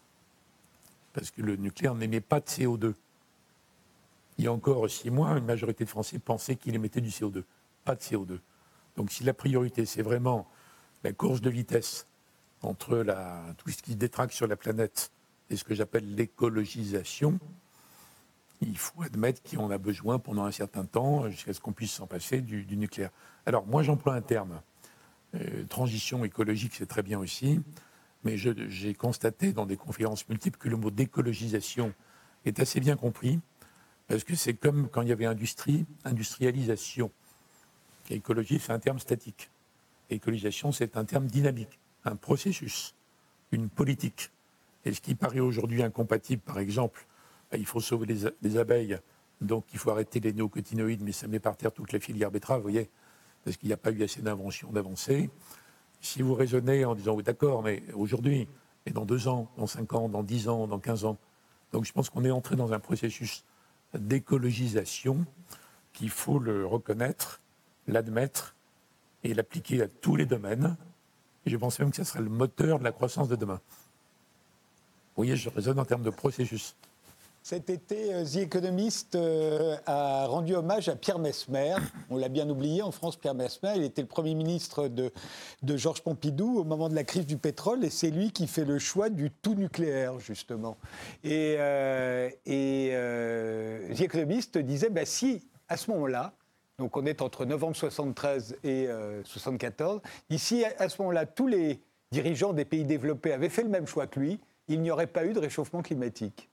Parce que le nucléaire n'émet pas de C O deux. Il y a encore six mois, une majorité de Français pensaient qu'il émettait du C O deux. Pas de C O deux. Donc si la priorité, c'est vraiment la course de vitesse entre la, tout ce qui se détraque sur la planète et ce que j'appelle l'écologisation, il faut admettre qu'on a besoin pendant un certain temps, jusqu'à ce qu'on puisse s'en passer, du, du nucléaire. Alors moi j'emploie un terme, euh, transition écologique, c'est très bien aussi, mais je, j'ai constaté dans des conférences multiples que le mot d'écologisation est assez bien compris, parce que c'est comme quand il y avait industrie, industrialisation. Écologie, c'est un terme statique. Écologisation, c'est un terme dynamique, un processus, une politique. Et ce qui paraît aujourd'hui incompatible, par exemple, il faut sauver les, les abeilles, donc il faut arrêter les néocotinoïdes, mais ça met par terre toute la filière betterave, vous voyez, parce qu'il n'y a pas eu assez d'invention, d'avancée. Si vous raisonnez en disant, oui, d'accord, mais aujourd'hui, et dans deux ans, dans cinq ans, dans dix ans, dans quinze ans, donc je pense qu'on est entré dans un processus d'écologisation qu'il faut le reconnaître, l'admettre et l'appliquer à tous les domaines. Et je pense même que ça sera le moteur de la croissance de demain. Vous voyez, je raisonne en termes de processus. Cet été, The Economist euh, a rendu hommage à Pierre Messmer. On l'a bien oublié, en France, Pierre Messmer, il était le Premier ministre de, de Georges Pompidou au moment de la crise du pétrole, et c'est lui qui fait le choix du tout nucléaire, justement. Et, euh, et euh, The Economist disait, bah, si, à ce moment-là, donc on est entre novembre soixante-treize et euh, soixante-quatorze, ici, à ce moment-là, tous les dirigeants des pays développés avaient fait le même choix que lui, il n'y aurait pas eu de réchauffement climatique.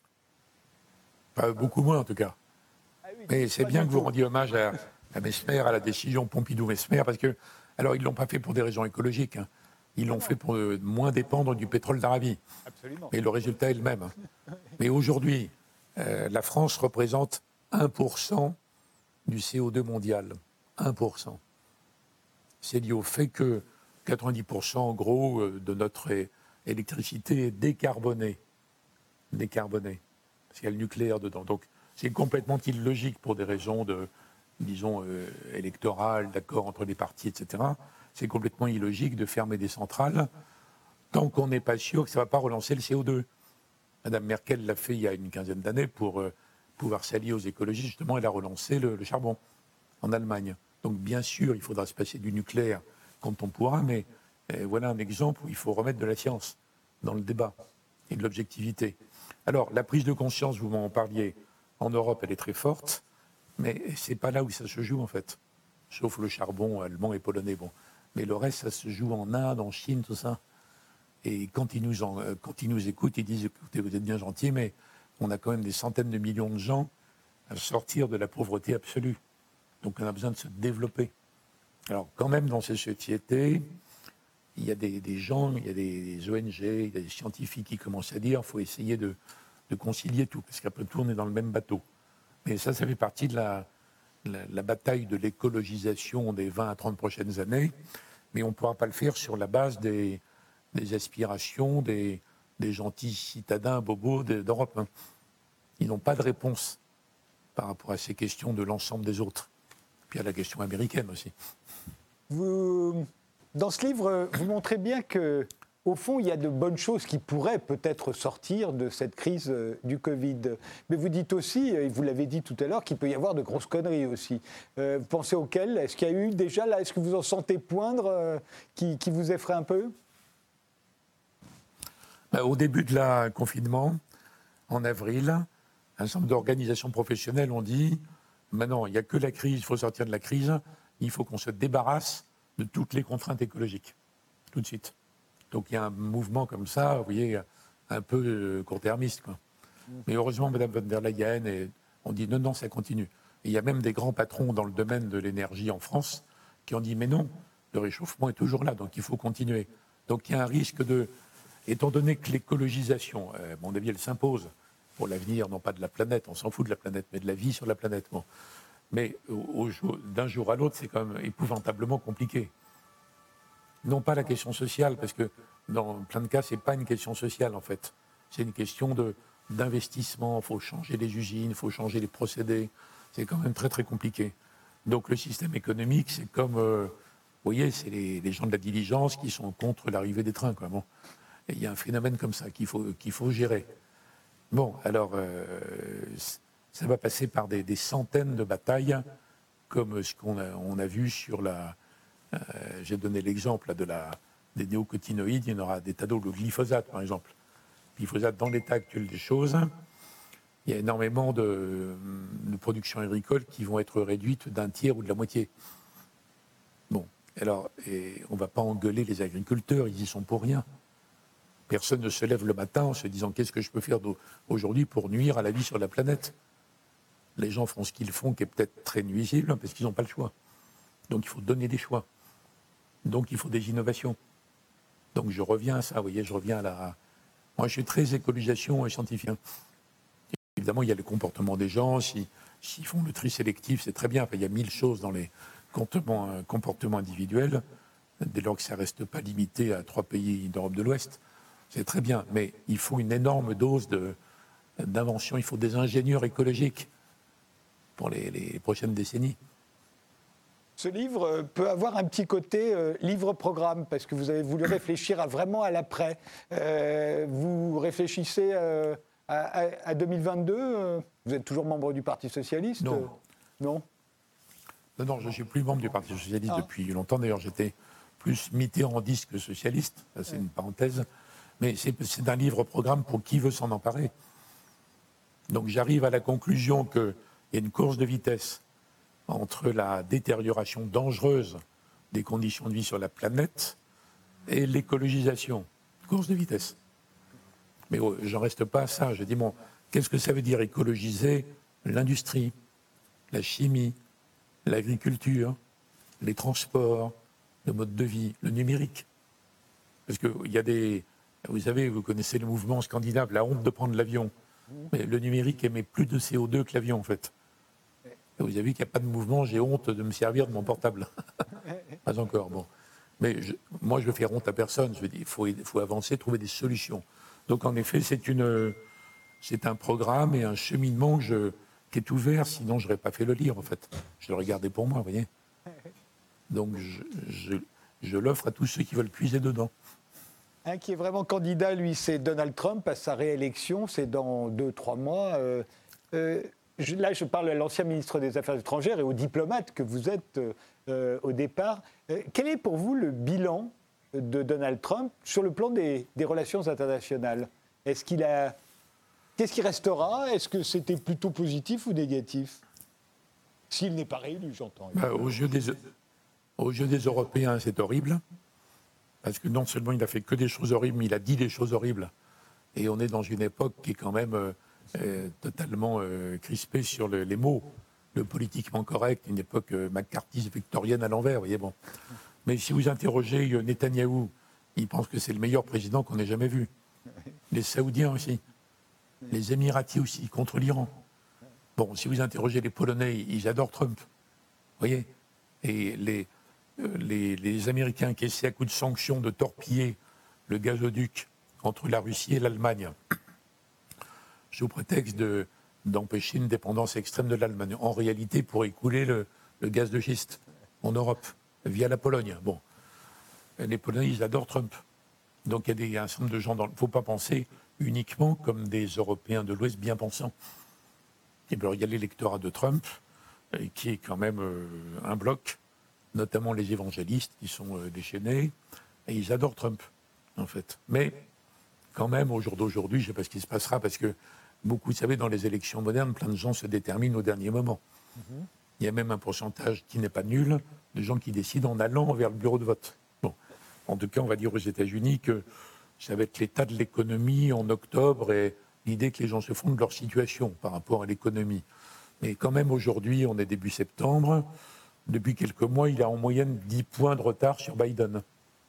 Pas beaucoup moins, en tout cas. Ah oui, mais c'est bien que vous rendiez hommage à, à Messmer, à la décision Pompidou-Messmer, parce que, alors, ils ne l'ont pas fait pour des raisons écologiques. Hein. Ils l'ont fait pour euh, moins dépendre du pétrole d'Arabie. Absolument. Et le résultat est le même. Hein. Mais aujourd'hui, euh, la France représente un pour cent du C O deux mondial. un pour cent. C'est lié au fait que quatre-vingt-dix pour cent, en gros, de notre é- électricité est décarbonée. Décarbonée. Parce qu'il y a le nucléaire dedans. Donc, c'est complètement illogique pour des raisons de, disons, euh, électorales, d'accord entre les partis, et cetera. C'est complètement illogique de fermer des centrales tant qu'on n'est pas sûr que ça ne va pas relancer le C O deux. Madame Merkel l'a fait il y a une quinzaine d'années pour euh, pouvoir s'allier aux écologistes. Justement, elle a relancé le, le charbon en Allemagne. Donc, bien sûr, il faudra se passer du nucléaire quand on pourra, mais euh, voilà un exemple où il faut remettre de la science dans le débat et de l'objectivité. Alors, la prise de conscience, vous m'en parliez, en Europe, elle est très forte, mais ce n'est pas là où ça se joue, en fait. Sauf le charbon allemand et polonais, bon. Mais le reste, ça se joue en Inde, en Chine, tout ça. Et quand ils nous, en, quand ils nous écoutent, ils disent, écoutez, vous êtes bien gentils, mais on a quand même des centaines de millions de gens à sortir de la pauvreté absolue. Donc, on a besoin de se développer. Alors, quand même, dans ces sociétés, il y a des, des gens, il y a des, des O N G, il y a des scientifiques qui commencent à dire qu'il faut essayer de, de concilier tout, parce qu'après tout, on est dans le même bateau. Mais ça, ça fait partie de la, la, la bataille de l'écologisation des vingt à trente prochaines années, mais on ne pourra pas le faire sur la base des, des aspirations des, des gentils citadins bobos d'Europe. Hein. Ils n'ont pas de réponse par rapport à ces questions de l'ensemble des autres. Puis à la question américaine aussi. Vous... Dans ce livre, vous montrez bien qu'au fond, il y a de bonnes choses qui pourraient peut-être sortir de cette crise du Covid. Mais vous dites aussi, et vous l'avez dit tout à l'heure, qu'il peut y avoir de grosses conneries aussi. Euh, vous pensez auxquelles ? Est-ce qu'il y a eu déjà, là, est-ce que vous en sentez poindre euh, qui, qui vous effraie un peu ? Ben, au début de la confinement, en avril, un certain nombre d'organisations professionnelles ont dit maintenant, il n'y a que la crise, il faut sortir de la crise, il faut qu'on se débarrasse de toutes les contraintes écologiques, tout de suite. Donc il y a un mouvement comme ça, vous voyez, un peu euh, court-termiste, quoi. Mais heureusement, Mme von der Leyen, et on dit non, non, ça continue. Et il y a même des grands patrons dans le domaine de l'énergie en France qui ont dit mais non, le réchauffement est toujours là, donc il faut continuer. Donc il y a un risque de, étant donné que l'écologisation, euh, à mon avis, elle s'impose pour l'avenir, non pas de la planète, on s'en fout de la planète, mais de la vie sur la planète. Bon. Mais au, au, d'un jour à l'autre, c'est quand même épouvantablement compliqué. Non pas la question sociale, parce que dans plein de cas, ce n'est pas une question sociale en fait. C'est une question de, d'investissement, il faut changer les usines, il faut changer les procédés. C'est quand même très très compliqué. Donc le système économique, c'est comme, euh, vous voyez, c'est les, les gens de la diligence qui sont contre l'arrivée des trains, quoi. Bon. Et il y a un phénomène comme ça qu'il faut, qu'il faut gérer. Bon, alors, euh, ça va passer par des, des centaines de batailles, comme ce qu'on a, on a vu sur la... Euh, j'ai donné l'exemple de la, des néocotinoïdes, il y en aura des tas d'autres, le glyphosate par exemple. Le glyphosate, dans l'état actuel des choses, il y a énormément de, de productions agricoles qui vont être réduites d'un tiers ou de la moitié. Bon, alors, et on ne va pas engueuler les agriculteurs, ils y sont pour rien. Personne ne se lève le matin en se disant qu'est-ce que je peux faire aujourd'hui pour nuire à la vie sur la planète. Les gens font ce qu'ils font qui est peut-être très nuisible parce qu'ils n'ont pas le choix. Donc il faut donner des choix. Donc il faut des innovations. Donc je reviens à ça, vous voyez, je reviens à la... Moi je suis très écologisation et scientifique. Évidemment il y a le comportement des gens, si, s'ils font le tri sélectif c'est très bien, enfin, il y a mille choses dans les comportements, comportements individuels, dès lors que ça ne reste pas limité à trois pays d'Europe de l'Ouest. C'est très bien, mais il faut une énorme dose de, d'invention, il faut des ingénieurs écologiques pour les, les prochaines décennies. Ce livre peut avoir un petit côté euh, livre-programme, parce que vous avez voulu réfléchir à, vraiment à l'après. Euh, vous réfléchissez euh, à, à, à deux mille vingt-deux, euh, vous êtes toujours membre du Parti Socialiste ? Non. euh, Non Non, non, je ne suis plus membre du Parti Socialiste ah. depuis longtemps. D'ailleurs, j'étais plus mitterrandiste que socialiste, ça c'est ouais. Une parenthèse. Mais c'est, c'est un livre-programme pour qui veut s'en emparer. Donc j'arrive à la conclusion qu'il y a une course de vitesse entre la détérioration dangereuse des conditions de vie sur la planète et l'écologisation. Course de vitesse. Mais oh, j'en reste pas à ça. Je dis, bon, qu'est-ce que ça veut dire écologiser l'industrie, la chimie, l'agriculture, les transports, le mode de vie, le numérique. Parce qu'il y a des... Vous savez, vous connaissez le mouvement scandinave, la honte de prendre l'avion. Mais le numérique émet plus de C O deux que l'avion, en fait. Et vous avez vu qu'il n'y a pas de mouvement, j'ai honte de me servir de mon portable. Pas encore, bon. Mais je, moi, je veux faire honte à personne. Je veux dire, il faut, il faut avancer, trouver des solutions. Donc, en effet, c'est, une, c'est un programme et un cheminement que je, qui est ouvert, sinon je n'aurais pas fait le lire, en fait. Je le regardais pour moi, vous voyez. Donc, je, je, je l'offre à tous ceux qui veulent puiser dedans. Un qui est vraiment candidat, lui, c'est Donald Trump à sa réélection, c'est dans deux, trois mois. Euh, euh, je, là, je parle à l'ancien ministre des Affaires étrangères et au diplomate que vous êtes euh, au départ. Euh, quel est pour vous le bilan de Donald Trump sur le plan des, des relations internationales ? Est-ce qu'il a, qu'est-ce qui restera ? Est-ce que c'était plutôt positif ou négatif ? S'il n'est pas réélu, j'entends. Bah, aux yeux des, aux yeux des Européens, c'est horrible. Parce que non seulement il n'a fait que des choses horribles, mais il a dit des choses horribles. Et on est dans une époque qui est quand même euh, euh, totalement euh, crispée sur le, les mots. Le politiquement correct, une époque euh, McCarthyiste victorienne à l'envers, voyez, bon. Mais si vous interrogez euh, Netanyahou, il pense que c'est le meilleur président qu'on ait jamais vu. Les Saoudiens aussi. Les Émiratis aussi, contre l'Iran. Bon, si vous interrogez les Polonais, ils adorent Trump. Vous voyez ? Et les... Les, les Américains qui essaient à coup de sanctions de torpiller le gazoduc entre la Russie et l'Allemagne, sous prétexte de, d'empêcher une dépendance extrême de l'Allemagne, en réalité pour écouler le, le gaz de schiste en Europe, via la Pologne. Bon, les Polonais, ils adorent Trump. Donc il y a des, un certain nombre de gens, il ne faut pas penser uniquement comme des Européens de l'Ouest bien pensants. Et bien, il y a l'électorat de Trump, qui est quand même euh, un bloc, notamment les évangélistes qui sont euh, déchaînés, et ils adorent Trump, en fait. Mais il quand même, au jour d'aujourd'hui, je ne sais pas ce qui se passera, parce que beaucoup, vous savez, dans les élections modernes, plein de gens se déterminent au dernier moment. Mm-hmm. Il y a même un pourcentage qui n'est pas nul de gens qui décident en allant vers le bureau de vote. Bon. En tout cas, on va dire aux États-Unis que ça va être l'état de l'économie en octobre et l'idée que les gens se font de leur situation par rapport à l'économie. Mais quand même, aujourd'hui, on est début septembre. Depuis quelques mois, il a en moyenne dix points de retard sur Biden.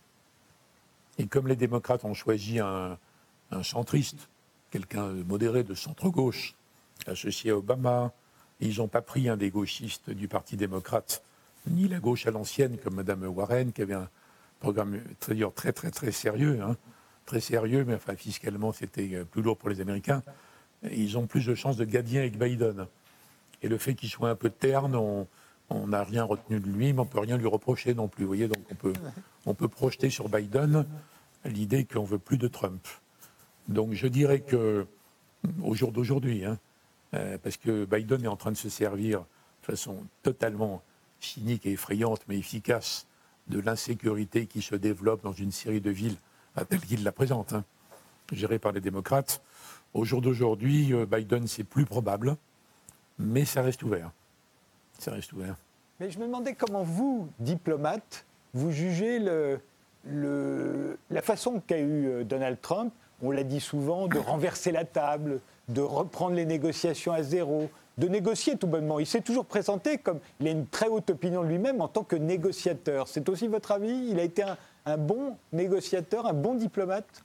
Et comme les démocrates ont choisi un, un centriste, quelqu'un de modéré de centre-gauche, associé à Obama, ils n'ont pas pris un des gauchistes du Parti démocrate, ni la gauche à l'ancienne, comme Mme Warren, qui avait un programme d'ailleurs très, très, très sérieux, hein, très sérieux, mais enfin, fiscalement, c'était plus lourd pour les Américains. Ils ont plus de chances de gagner avec Biden. Et le fait qu'il soit un peu terne, on n'a rien retenu de lui, mais on ne peut rien lui reprocher non plus. Vous voyez, donc on peut, on peut projeter sur Biden l'idée qu'on ne veut plus de Trump. Donc je dirais qu'au jour d'aujourd'hui, hein, euh, parce que Biden est en train de se servir de façon totalement cynique et effrayante, mais efficace, de l'insécurité qui se développe dans une série de villes, telle qu'il la présente, hein, gérée par les démocrates. Au jour d'aujourd'hui, Biden, c'est plus probable, mais ça reste ouvert. Ça reste ouvert. Mais je me demandais comment vous, diplomate, vous jugez le, le, la façon qu'a eu Donald Trump, on l'a dit souvent, de renverser la table, de reprendre les négociations à zéro, de négocier tout bonnement. Il s'est toujours présenté comme, il a une très haute opinion de lui-même en tant que négociateur. C'est aussi votre avis? Il a été un, un bon négociateur, un bon diplomate?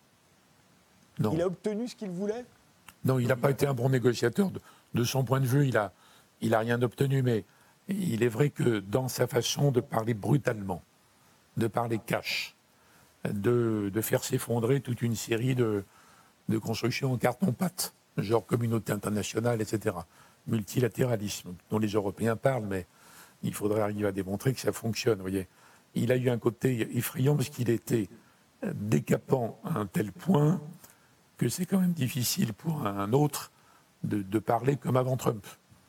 Non. Il a obtenu ce qu'il voulait? Non, il n'a pas été un bon négociateur. De, de son point de vue, il a, il a rien obtenu, mais il est vrai que dans sa façon de parler brutalement, de parler cash, de, de faire s'effondrer toute une série de, de constructions en carton-pâte, genre communauté internationale, et cetera, multilatéralisme, dont les Européens parlent, mais il faudrait arriver à démontrer que ça fonctionne. Vous voyez. Il a eu un côté effrayant parce qu'il était décapant à un tel point que c'est quand même difficile pour un autre de, de parler comme avant Trump.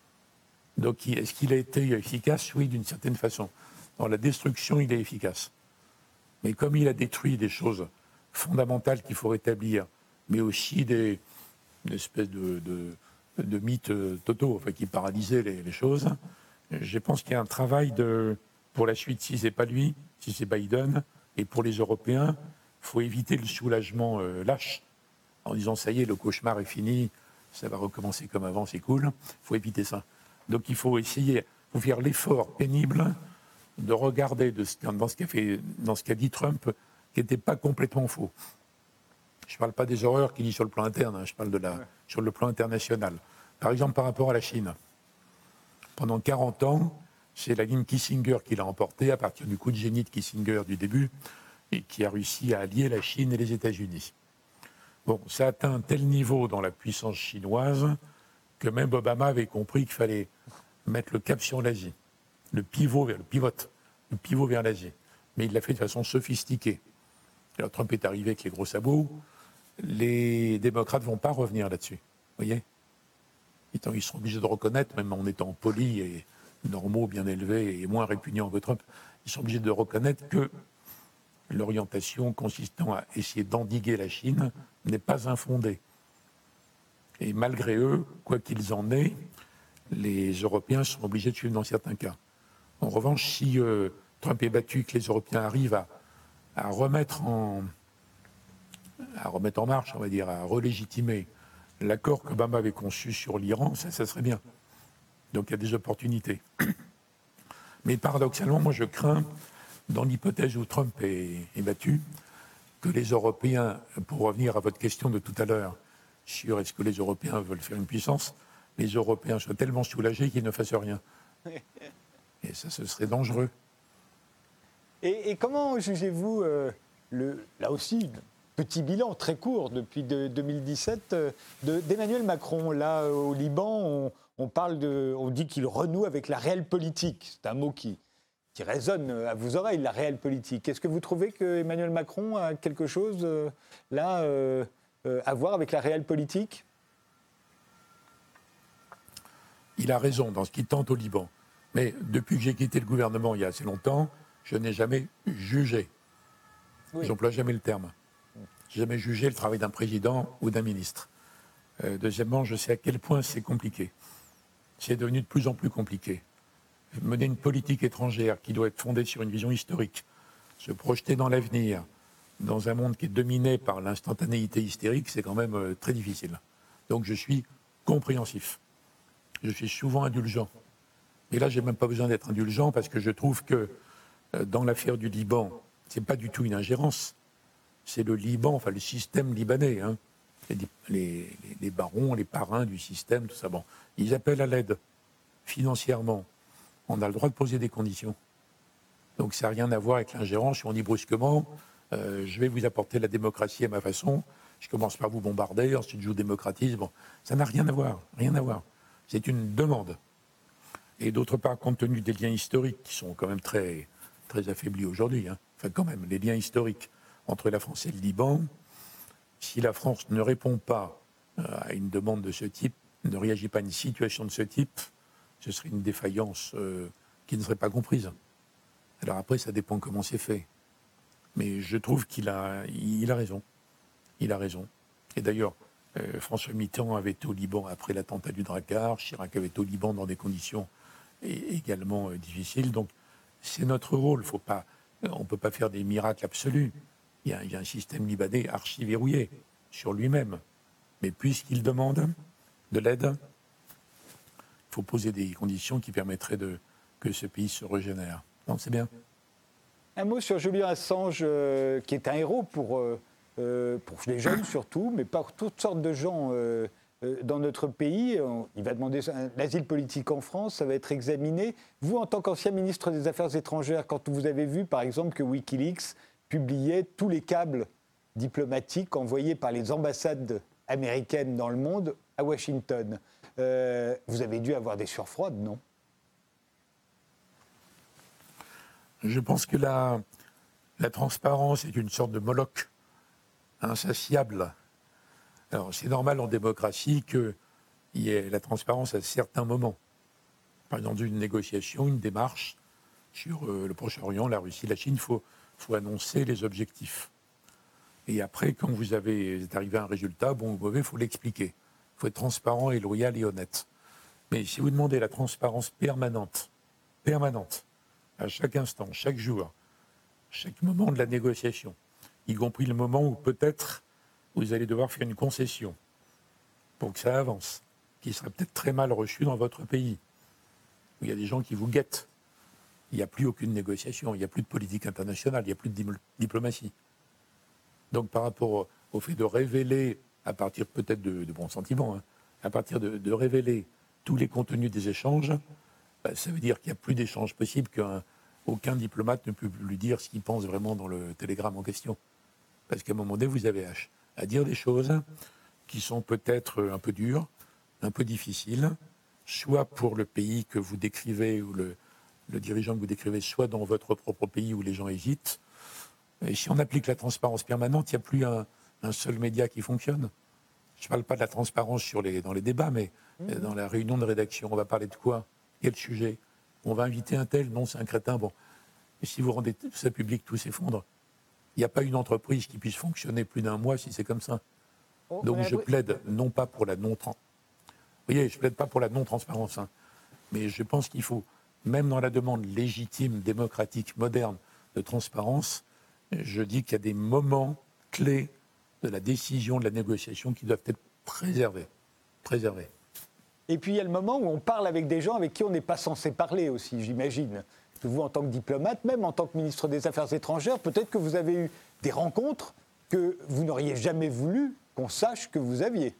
Donc, est-ce qu'il a été efficace? Oui, d'une certaine façon. Dans la destruction, il est efficace. Mais comme il a détruit des choses fondamentales qu'il faut rétablir, mais aussi des une espèce de, de, de mythes totaux, enfin, qui paralysaient les, les choses, je pense qu'il y a un travail de, pour la suite, si ce n'est pas lui, si c'est Biden, et pour les Européens, il faut éviter le soulagement euh, lâche, en disant ça y est, le cauchemar est fini, ça va recommencer comme avant, c'est cool. Il faut éviter ça. Donc il faut essayer, il faut faire l'effort pénible de regarder de ce, dans, ce qu'a fait, dans ce qu'a dit Trump, qui n'était pas complètement faux. Je ne parle pas des horreurs qu'il dit sur le plan interne, hein, je parle de la, ouais. sur le plan international. Par exemple, par rapport à la Chine. Pendant quarante ans, c'est la ligne Kissinger qui l'a emporté à partir du coup de génie de Kissinger du début et qui a réussi à allier la Chine et les États-Unis. Bon, ça a atteint un tel niveau dans la puissance chinoise que même Obama avait compris qu'il fallait mettre le cap sur l'Asie, le pivot vers le pivote, le pivot vers l'Asie. Mais il l'a fait de façon sophistiquée. Alors Trump est arrivé avec les gros sabots. Les démocrates ne vont pas revenir là-dessus. Vous voyez ? Ils seront obligés de reconnaître, même en étant polis et normaux, bien élevés et moins répugnants que Trump, ils sont obligés de reconnaître que l'orientation consistant à essayer d'endiguer la Chine n'est pas infondée. Et malgré eux, quoi qu'ils en aient, les Européens sont obligés de suivre dans certains cas. En revanche, si euh, Trump est battu, que les Européens arrivent à, à, remettre en, à remettre en marche, on va dire, à relégitimer l'accord qu'Obama avait conçu sur l'Iran, ça, ça serait bien. Donc il y a des opportunités. Mais paradoxalement, moi je crains, dans l'hypothèse où Trump est, est battu, que les Européens, pour revenir à votre question de tout à l'heure, sur est-ce que les Européens veulent faire une puissance, les Européens soient tellement soulagés qu'ils ne fassent rien. Et ça, ce serait dangereux. Et, et comment jugez-vous, euh, le, là aussi, petit bilan très court depuis de, deux mille dix-sept euh, de, d'Emmanuel Macron? Là, au Liban, on, on, parle de, on dit qu'il renoue avec la réelle politique. C'est un mot qui, qui résonne à vos oreilles, la réelle politique. Est-ce que vous trouvez qu'Emmanuel Macron a quelque chose, euh, là, euh, euh, à voir avec la réelle politique? Il a raison dans ce qu'il tente au Liban. Mais depuis que j'ai quitté le gouvernement il y a assez longtemps, je n'ai jamais jugé. Oui. J'emploie jamais le terme. j'ai jamais jugé le travail d'un président ou d'un ministre. Euh, deuxièmement, je sais à quel point c'est compliqué. C'est devenu de plus en plus compliqué. Mener une politique étrangère qui doit être fondée sur une vision historique, se projeter dans l'avenir, dans un monde qui est dominé par l'instantanéité hystérique, c'est quand même euh, très difficile. Donc je suis compréhensif. Je suis souvent indulgent. Et là, je n'ai même pas besoin d'être indulgent parce que je trouve que euh, dans l'affaire du Liban, ce n'est pas du tout une ingérence. C'est le Liban, enfin le système libanais, hein. les, les, les barons, les parrains du système, tout ça. Bon, ils appellent à l'aide financièrement. On a le droit de poser des conditions. Donc ça n'a rien à voir avec l'ingérence. On dit brusquement, euh, je vais vous apporter la démocratie à ma façon. Je commence par vous bombarder, ensuite je vous démocratise. Bon, ça n'a rien à voir, rien à voir. C'est une demande. Et d'autre part, compte tenu des liens historiques qui sont quand même très, très affaiblis aujourd'hui, hein, enfin quand même, les liens historiques entre la France et le Liban, si la France ne répond pas euh, à une demande de ce type, ne réagit pas à une situation de ce type, ce serait une défaillance euh, qui ne serait pas comprise. Alors après, ça dépend comment c'est fait. Mais je trouve qu'il a, il a raison. Il a raison. Et d'ailleurs, euh, François Mitterrand avait été au Liban après l'attentat du Drakkar, Chirac avait été au Liban dans des conditions é- également euh, difficiles. Donc, c'est notre rôle. Faut pas, on ne peut pas faire des miracles absolus. Il y a, il y a un système libanais archi-verrouillé sur lui-même. Mais puisqu'il demande de l'aide, il faut poser des conditions qui permettraient de, que ce pays se régénère. Non, c'est bien. Un mot sur Julian Assange, euh, qui est un héros pour, euh, euh, pour les jeunes surtout, mais pour toutes sortes de gens euh, euh, dans notre pays. On- il va demander l'asile politique en France, ça va être examiné. Vous, en tant qu'ancien ministre des Affaires étrangères, quand vous avez vu, par exemple, que Wikileaks publiait tous les câbles diplomatiques envoyés par les ambassades américaines dans le monde à Washington, euh, vous avez dû avoir des sueurs froides, non ? Je pense que la, la transparence est une sorte de Moloch insatiable. Alors, c'est normal en démocratie qu'il y ait la transparence à certains moments. Par exemple, une négociation, une démarche sur euh, le Proche-Orient, la Russie, la Chine, il faut, faut annoncer les objectifs. Et après, quand vous, avez, vous êtes arrivé à un résultat, bon ou mauvais, il faut l'expliquer. Il faut être transparent et loyal et honnête. Mais si vous demandez la transparence permanente, permanente, à chaque instant, chaque jour, chaque moment de la négociation, y compris le moment où peut-être vous allez devoir faire une concession pour que ça avance, qui sera peut-être très mal reçu dans votre pays, où il y a des gens qui vous guettent. Il n'y a plus aucune négociation, il n'y a plus de politique internationale, il n'y a plus de dim- diplomatie. Donc par rapport au, au fait de révéler, à partir peut-être de, de bons sentiments, hein, à partir de, de révéler tous les contenus des échanges, bah, ça veut dire qu'il n'y a plus d'échange possible, qu'aucun diplomate ne peut lui dire ce qu'il pense vraiment dans le télégramme en question. Parce qu'à un moment donné, vous avez à, à dire des choses qui sont peut-être un peu dures, un peu difficiles, soit pour le pays que vous décrivez ou le, le dirigeant que vous décrivez, soit dans votre propre pays où les gens hésitent. Et si on applique la transparence permanente, il n'y a plus un, un seul média qui fonctionne. Je ne parle pas de la transparence sur les, dans les débats, mais mmh. dans la réunion de rédaction, on va parler de quoi ? Quel sujet ? On va inviter un tel ? Non, c'est un crétin. Bon, et si vous rendez tout ça public, tout s'effondre. Il n'y a pas une entreprise qui puisse fonctionner plus d'un mois si c'est comme ça. Oh, Donc je plaide non pas pour la non-transparence. Vous voyez, je plaide pas pour la non-transparence, hein, mais je pense qu'il faut, même dans la demande légitime, démocratique, moderne de transparence, je dis qu'il y a des moments clés de la décision, de la négociation qui doivent être préservés. préservés. Et puis il y a le moment où on parle avec des gens avec qui on n'est pas censé parler aussi, j'imagine. Vous, en tant que diplomate, même en tant que ministre des Affaires étrangères, peut-être que vous avez eu des rencontres que vous n'auriez jamais voulu qu'on sache que vous aviez.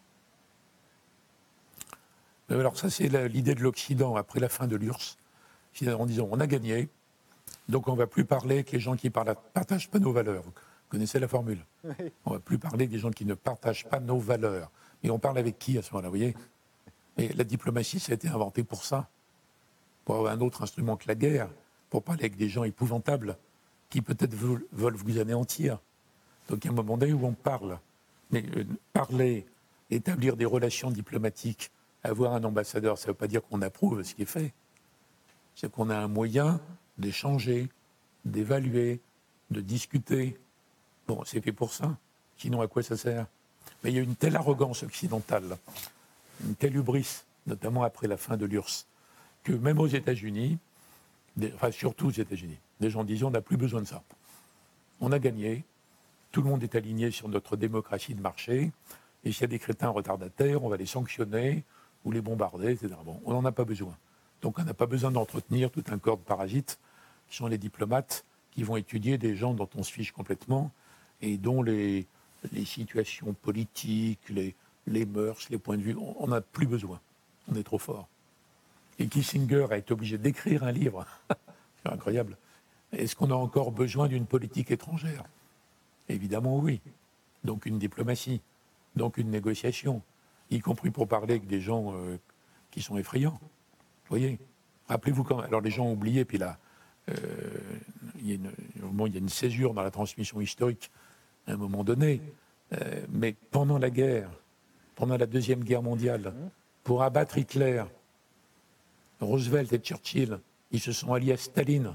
Alors ça, c'est la, l'idée de l'Occident après la fin de l'U R S S, en disant on a gagné, donc on ne va plus parler avec les gens qui ne partagent pas nos valeurs. Vous connaissez la formule. Oui. On ne va plus parler avec des gens qui ne partagent pas nos valeurs. Et on parle avec qui à ce moment-là, vous voyez ? Mais la diplomatie, ça a été inventé pour ça. Pour avoir un autre instrument que la guerre, pour parler avec des gens épouvantables qui peut-être veulent vous anéantir. Donc il y a un moment donné où on parle. Mais euh, parler, établir des relations diplomatiques, avoir un ambassadeur, ça ne veut pas dire qu'on approuve ce qui est fait. C'est qu'on a un moyen d'échanger, d'évaluer, de discuter. Bon, c'est fait pour ça. Sinon, à quoi ça sert? Mais il y a une telle arrogance occidentale, une telle hubris, notamment après la fin de l'U R S S, que même aux États-Unis, des- enfin surtout aux États-Unis, des gens disaient on n'a plus besoin de ça. On a gagné, tout le monde est aligné sur notre démocratie de marché, et s'il y a des crétins retardataires, on va les sanctionner ou les bombarder, et cetera. Bon, on n'en a pas besoin. Donc on n'a pas besoin d'entretenir tout un corps de parasites qui sont les diplomates qui vont étudier des gens dont on se fiche complètement et dont les, les situations politiques, les, les mœurs, les points de vue, on n'a plus besoin. On est trop fort. Et Kissinger a été obligé d'écrire un livre. C'est incroyable. Est-ce qu'on a encore besoin d'une politique étrangère? Évidemment oui. Donc une diplomatie, donc une négociation, y compris pour parler avec des gens euh, qui sont effrayants. Vous voyez? Rappelez-vous quand même. Alors les gens ont oublié, puis là, euh, il, y a une, bon, il y a une césure dans la transmission historique à un moment donné. Euh, mais pendant la guerre, pendant la Deuxième Guerre mondiale, pour abattre Hitler, Roosevelt et Churchill, ils se sont alliés à Staline.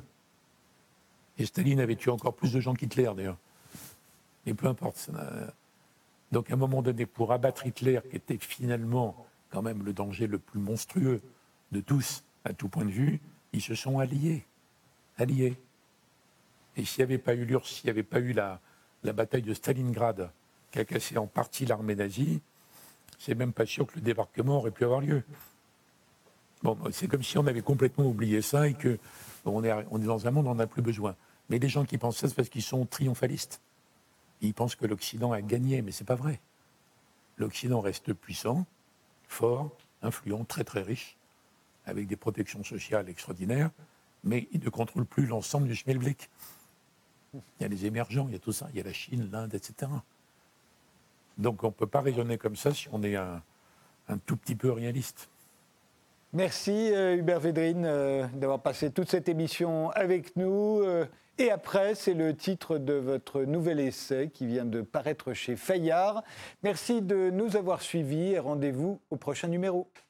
Et Staline avait tué encore plus de gens qu'Hitler, d'ailleurs. Et peu importe. Ça n'a... Donc, à un moment donné, pour abattre Hitler, qui était finalement quand même le danger le plus monstrueux de tous, à tout point de vue, ils se sont alliés. Alliés. Et s'il n'y avait pas eu l'U R S S, s'il n'y avait pas eu la, la bataille de Stalingrad, qui a cassé en partie l'armée nazie, c'est même pas sûr que le débarquement aurait pu avoir lieu. Bon, c'est comme si on avait complètement oublié ça et que bon, on, est, on est dans un monde où on n'a plus besoin. Mais les gens qui pensent ça, c'est parce qu'ils sont triomphalistes. Ils pensent que l'Occident a gagné, mais ce n'est pas vrai. L'Occident reste puissant, fort, influent, très très riche, avec des protections sociales extraordinaires, mais il ne contrôle plus l'ensemble du schmilblick. Il y a les émergents, il y a tout ça, il y a la Chine, l'Inde, et cetera. Donc on ne peut pas raisonner comme ça si on est un, un tout petit peu réaliste. Merci euh, Hubert Védrine euh, d'avoir passé toute cette émission avec nous. Euh, et après, c'est le titre de votre nouvel essai qui vient de paraître chez Fayard. Merci de nous avoir suivis et rendez-vous au prochain numéro.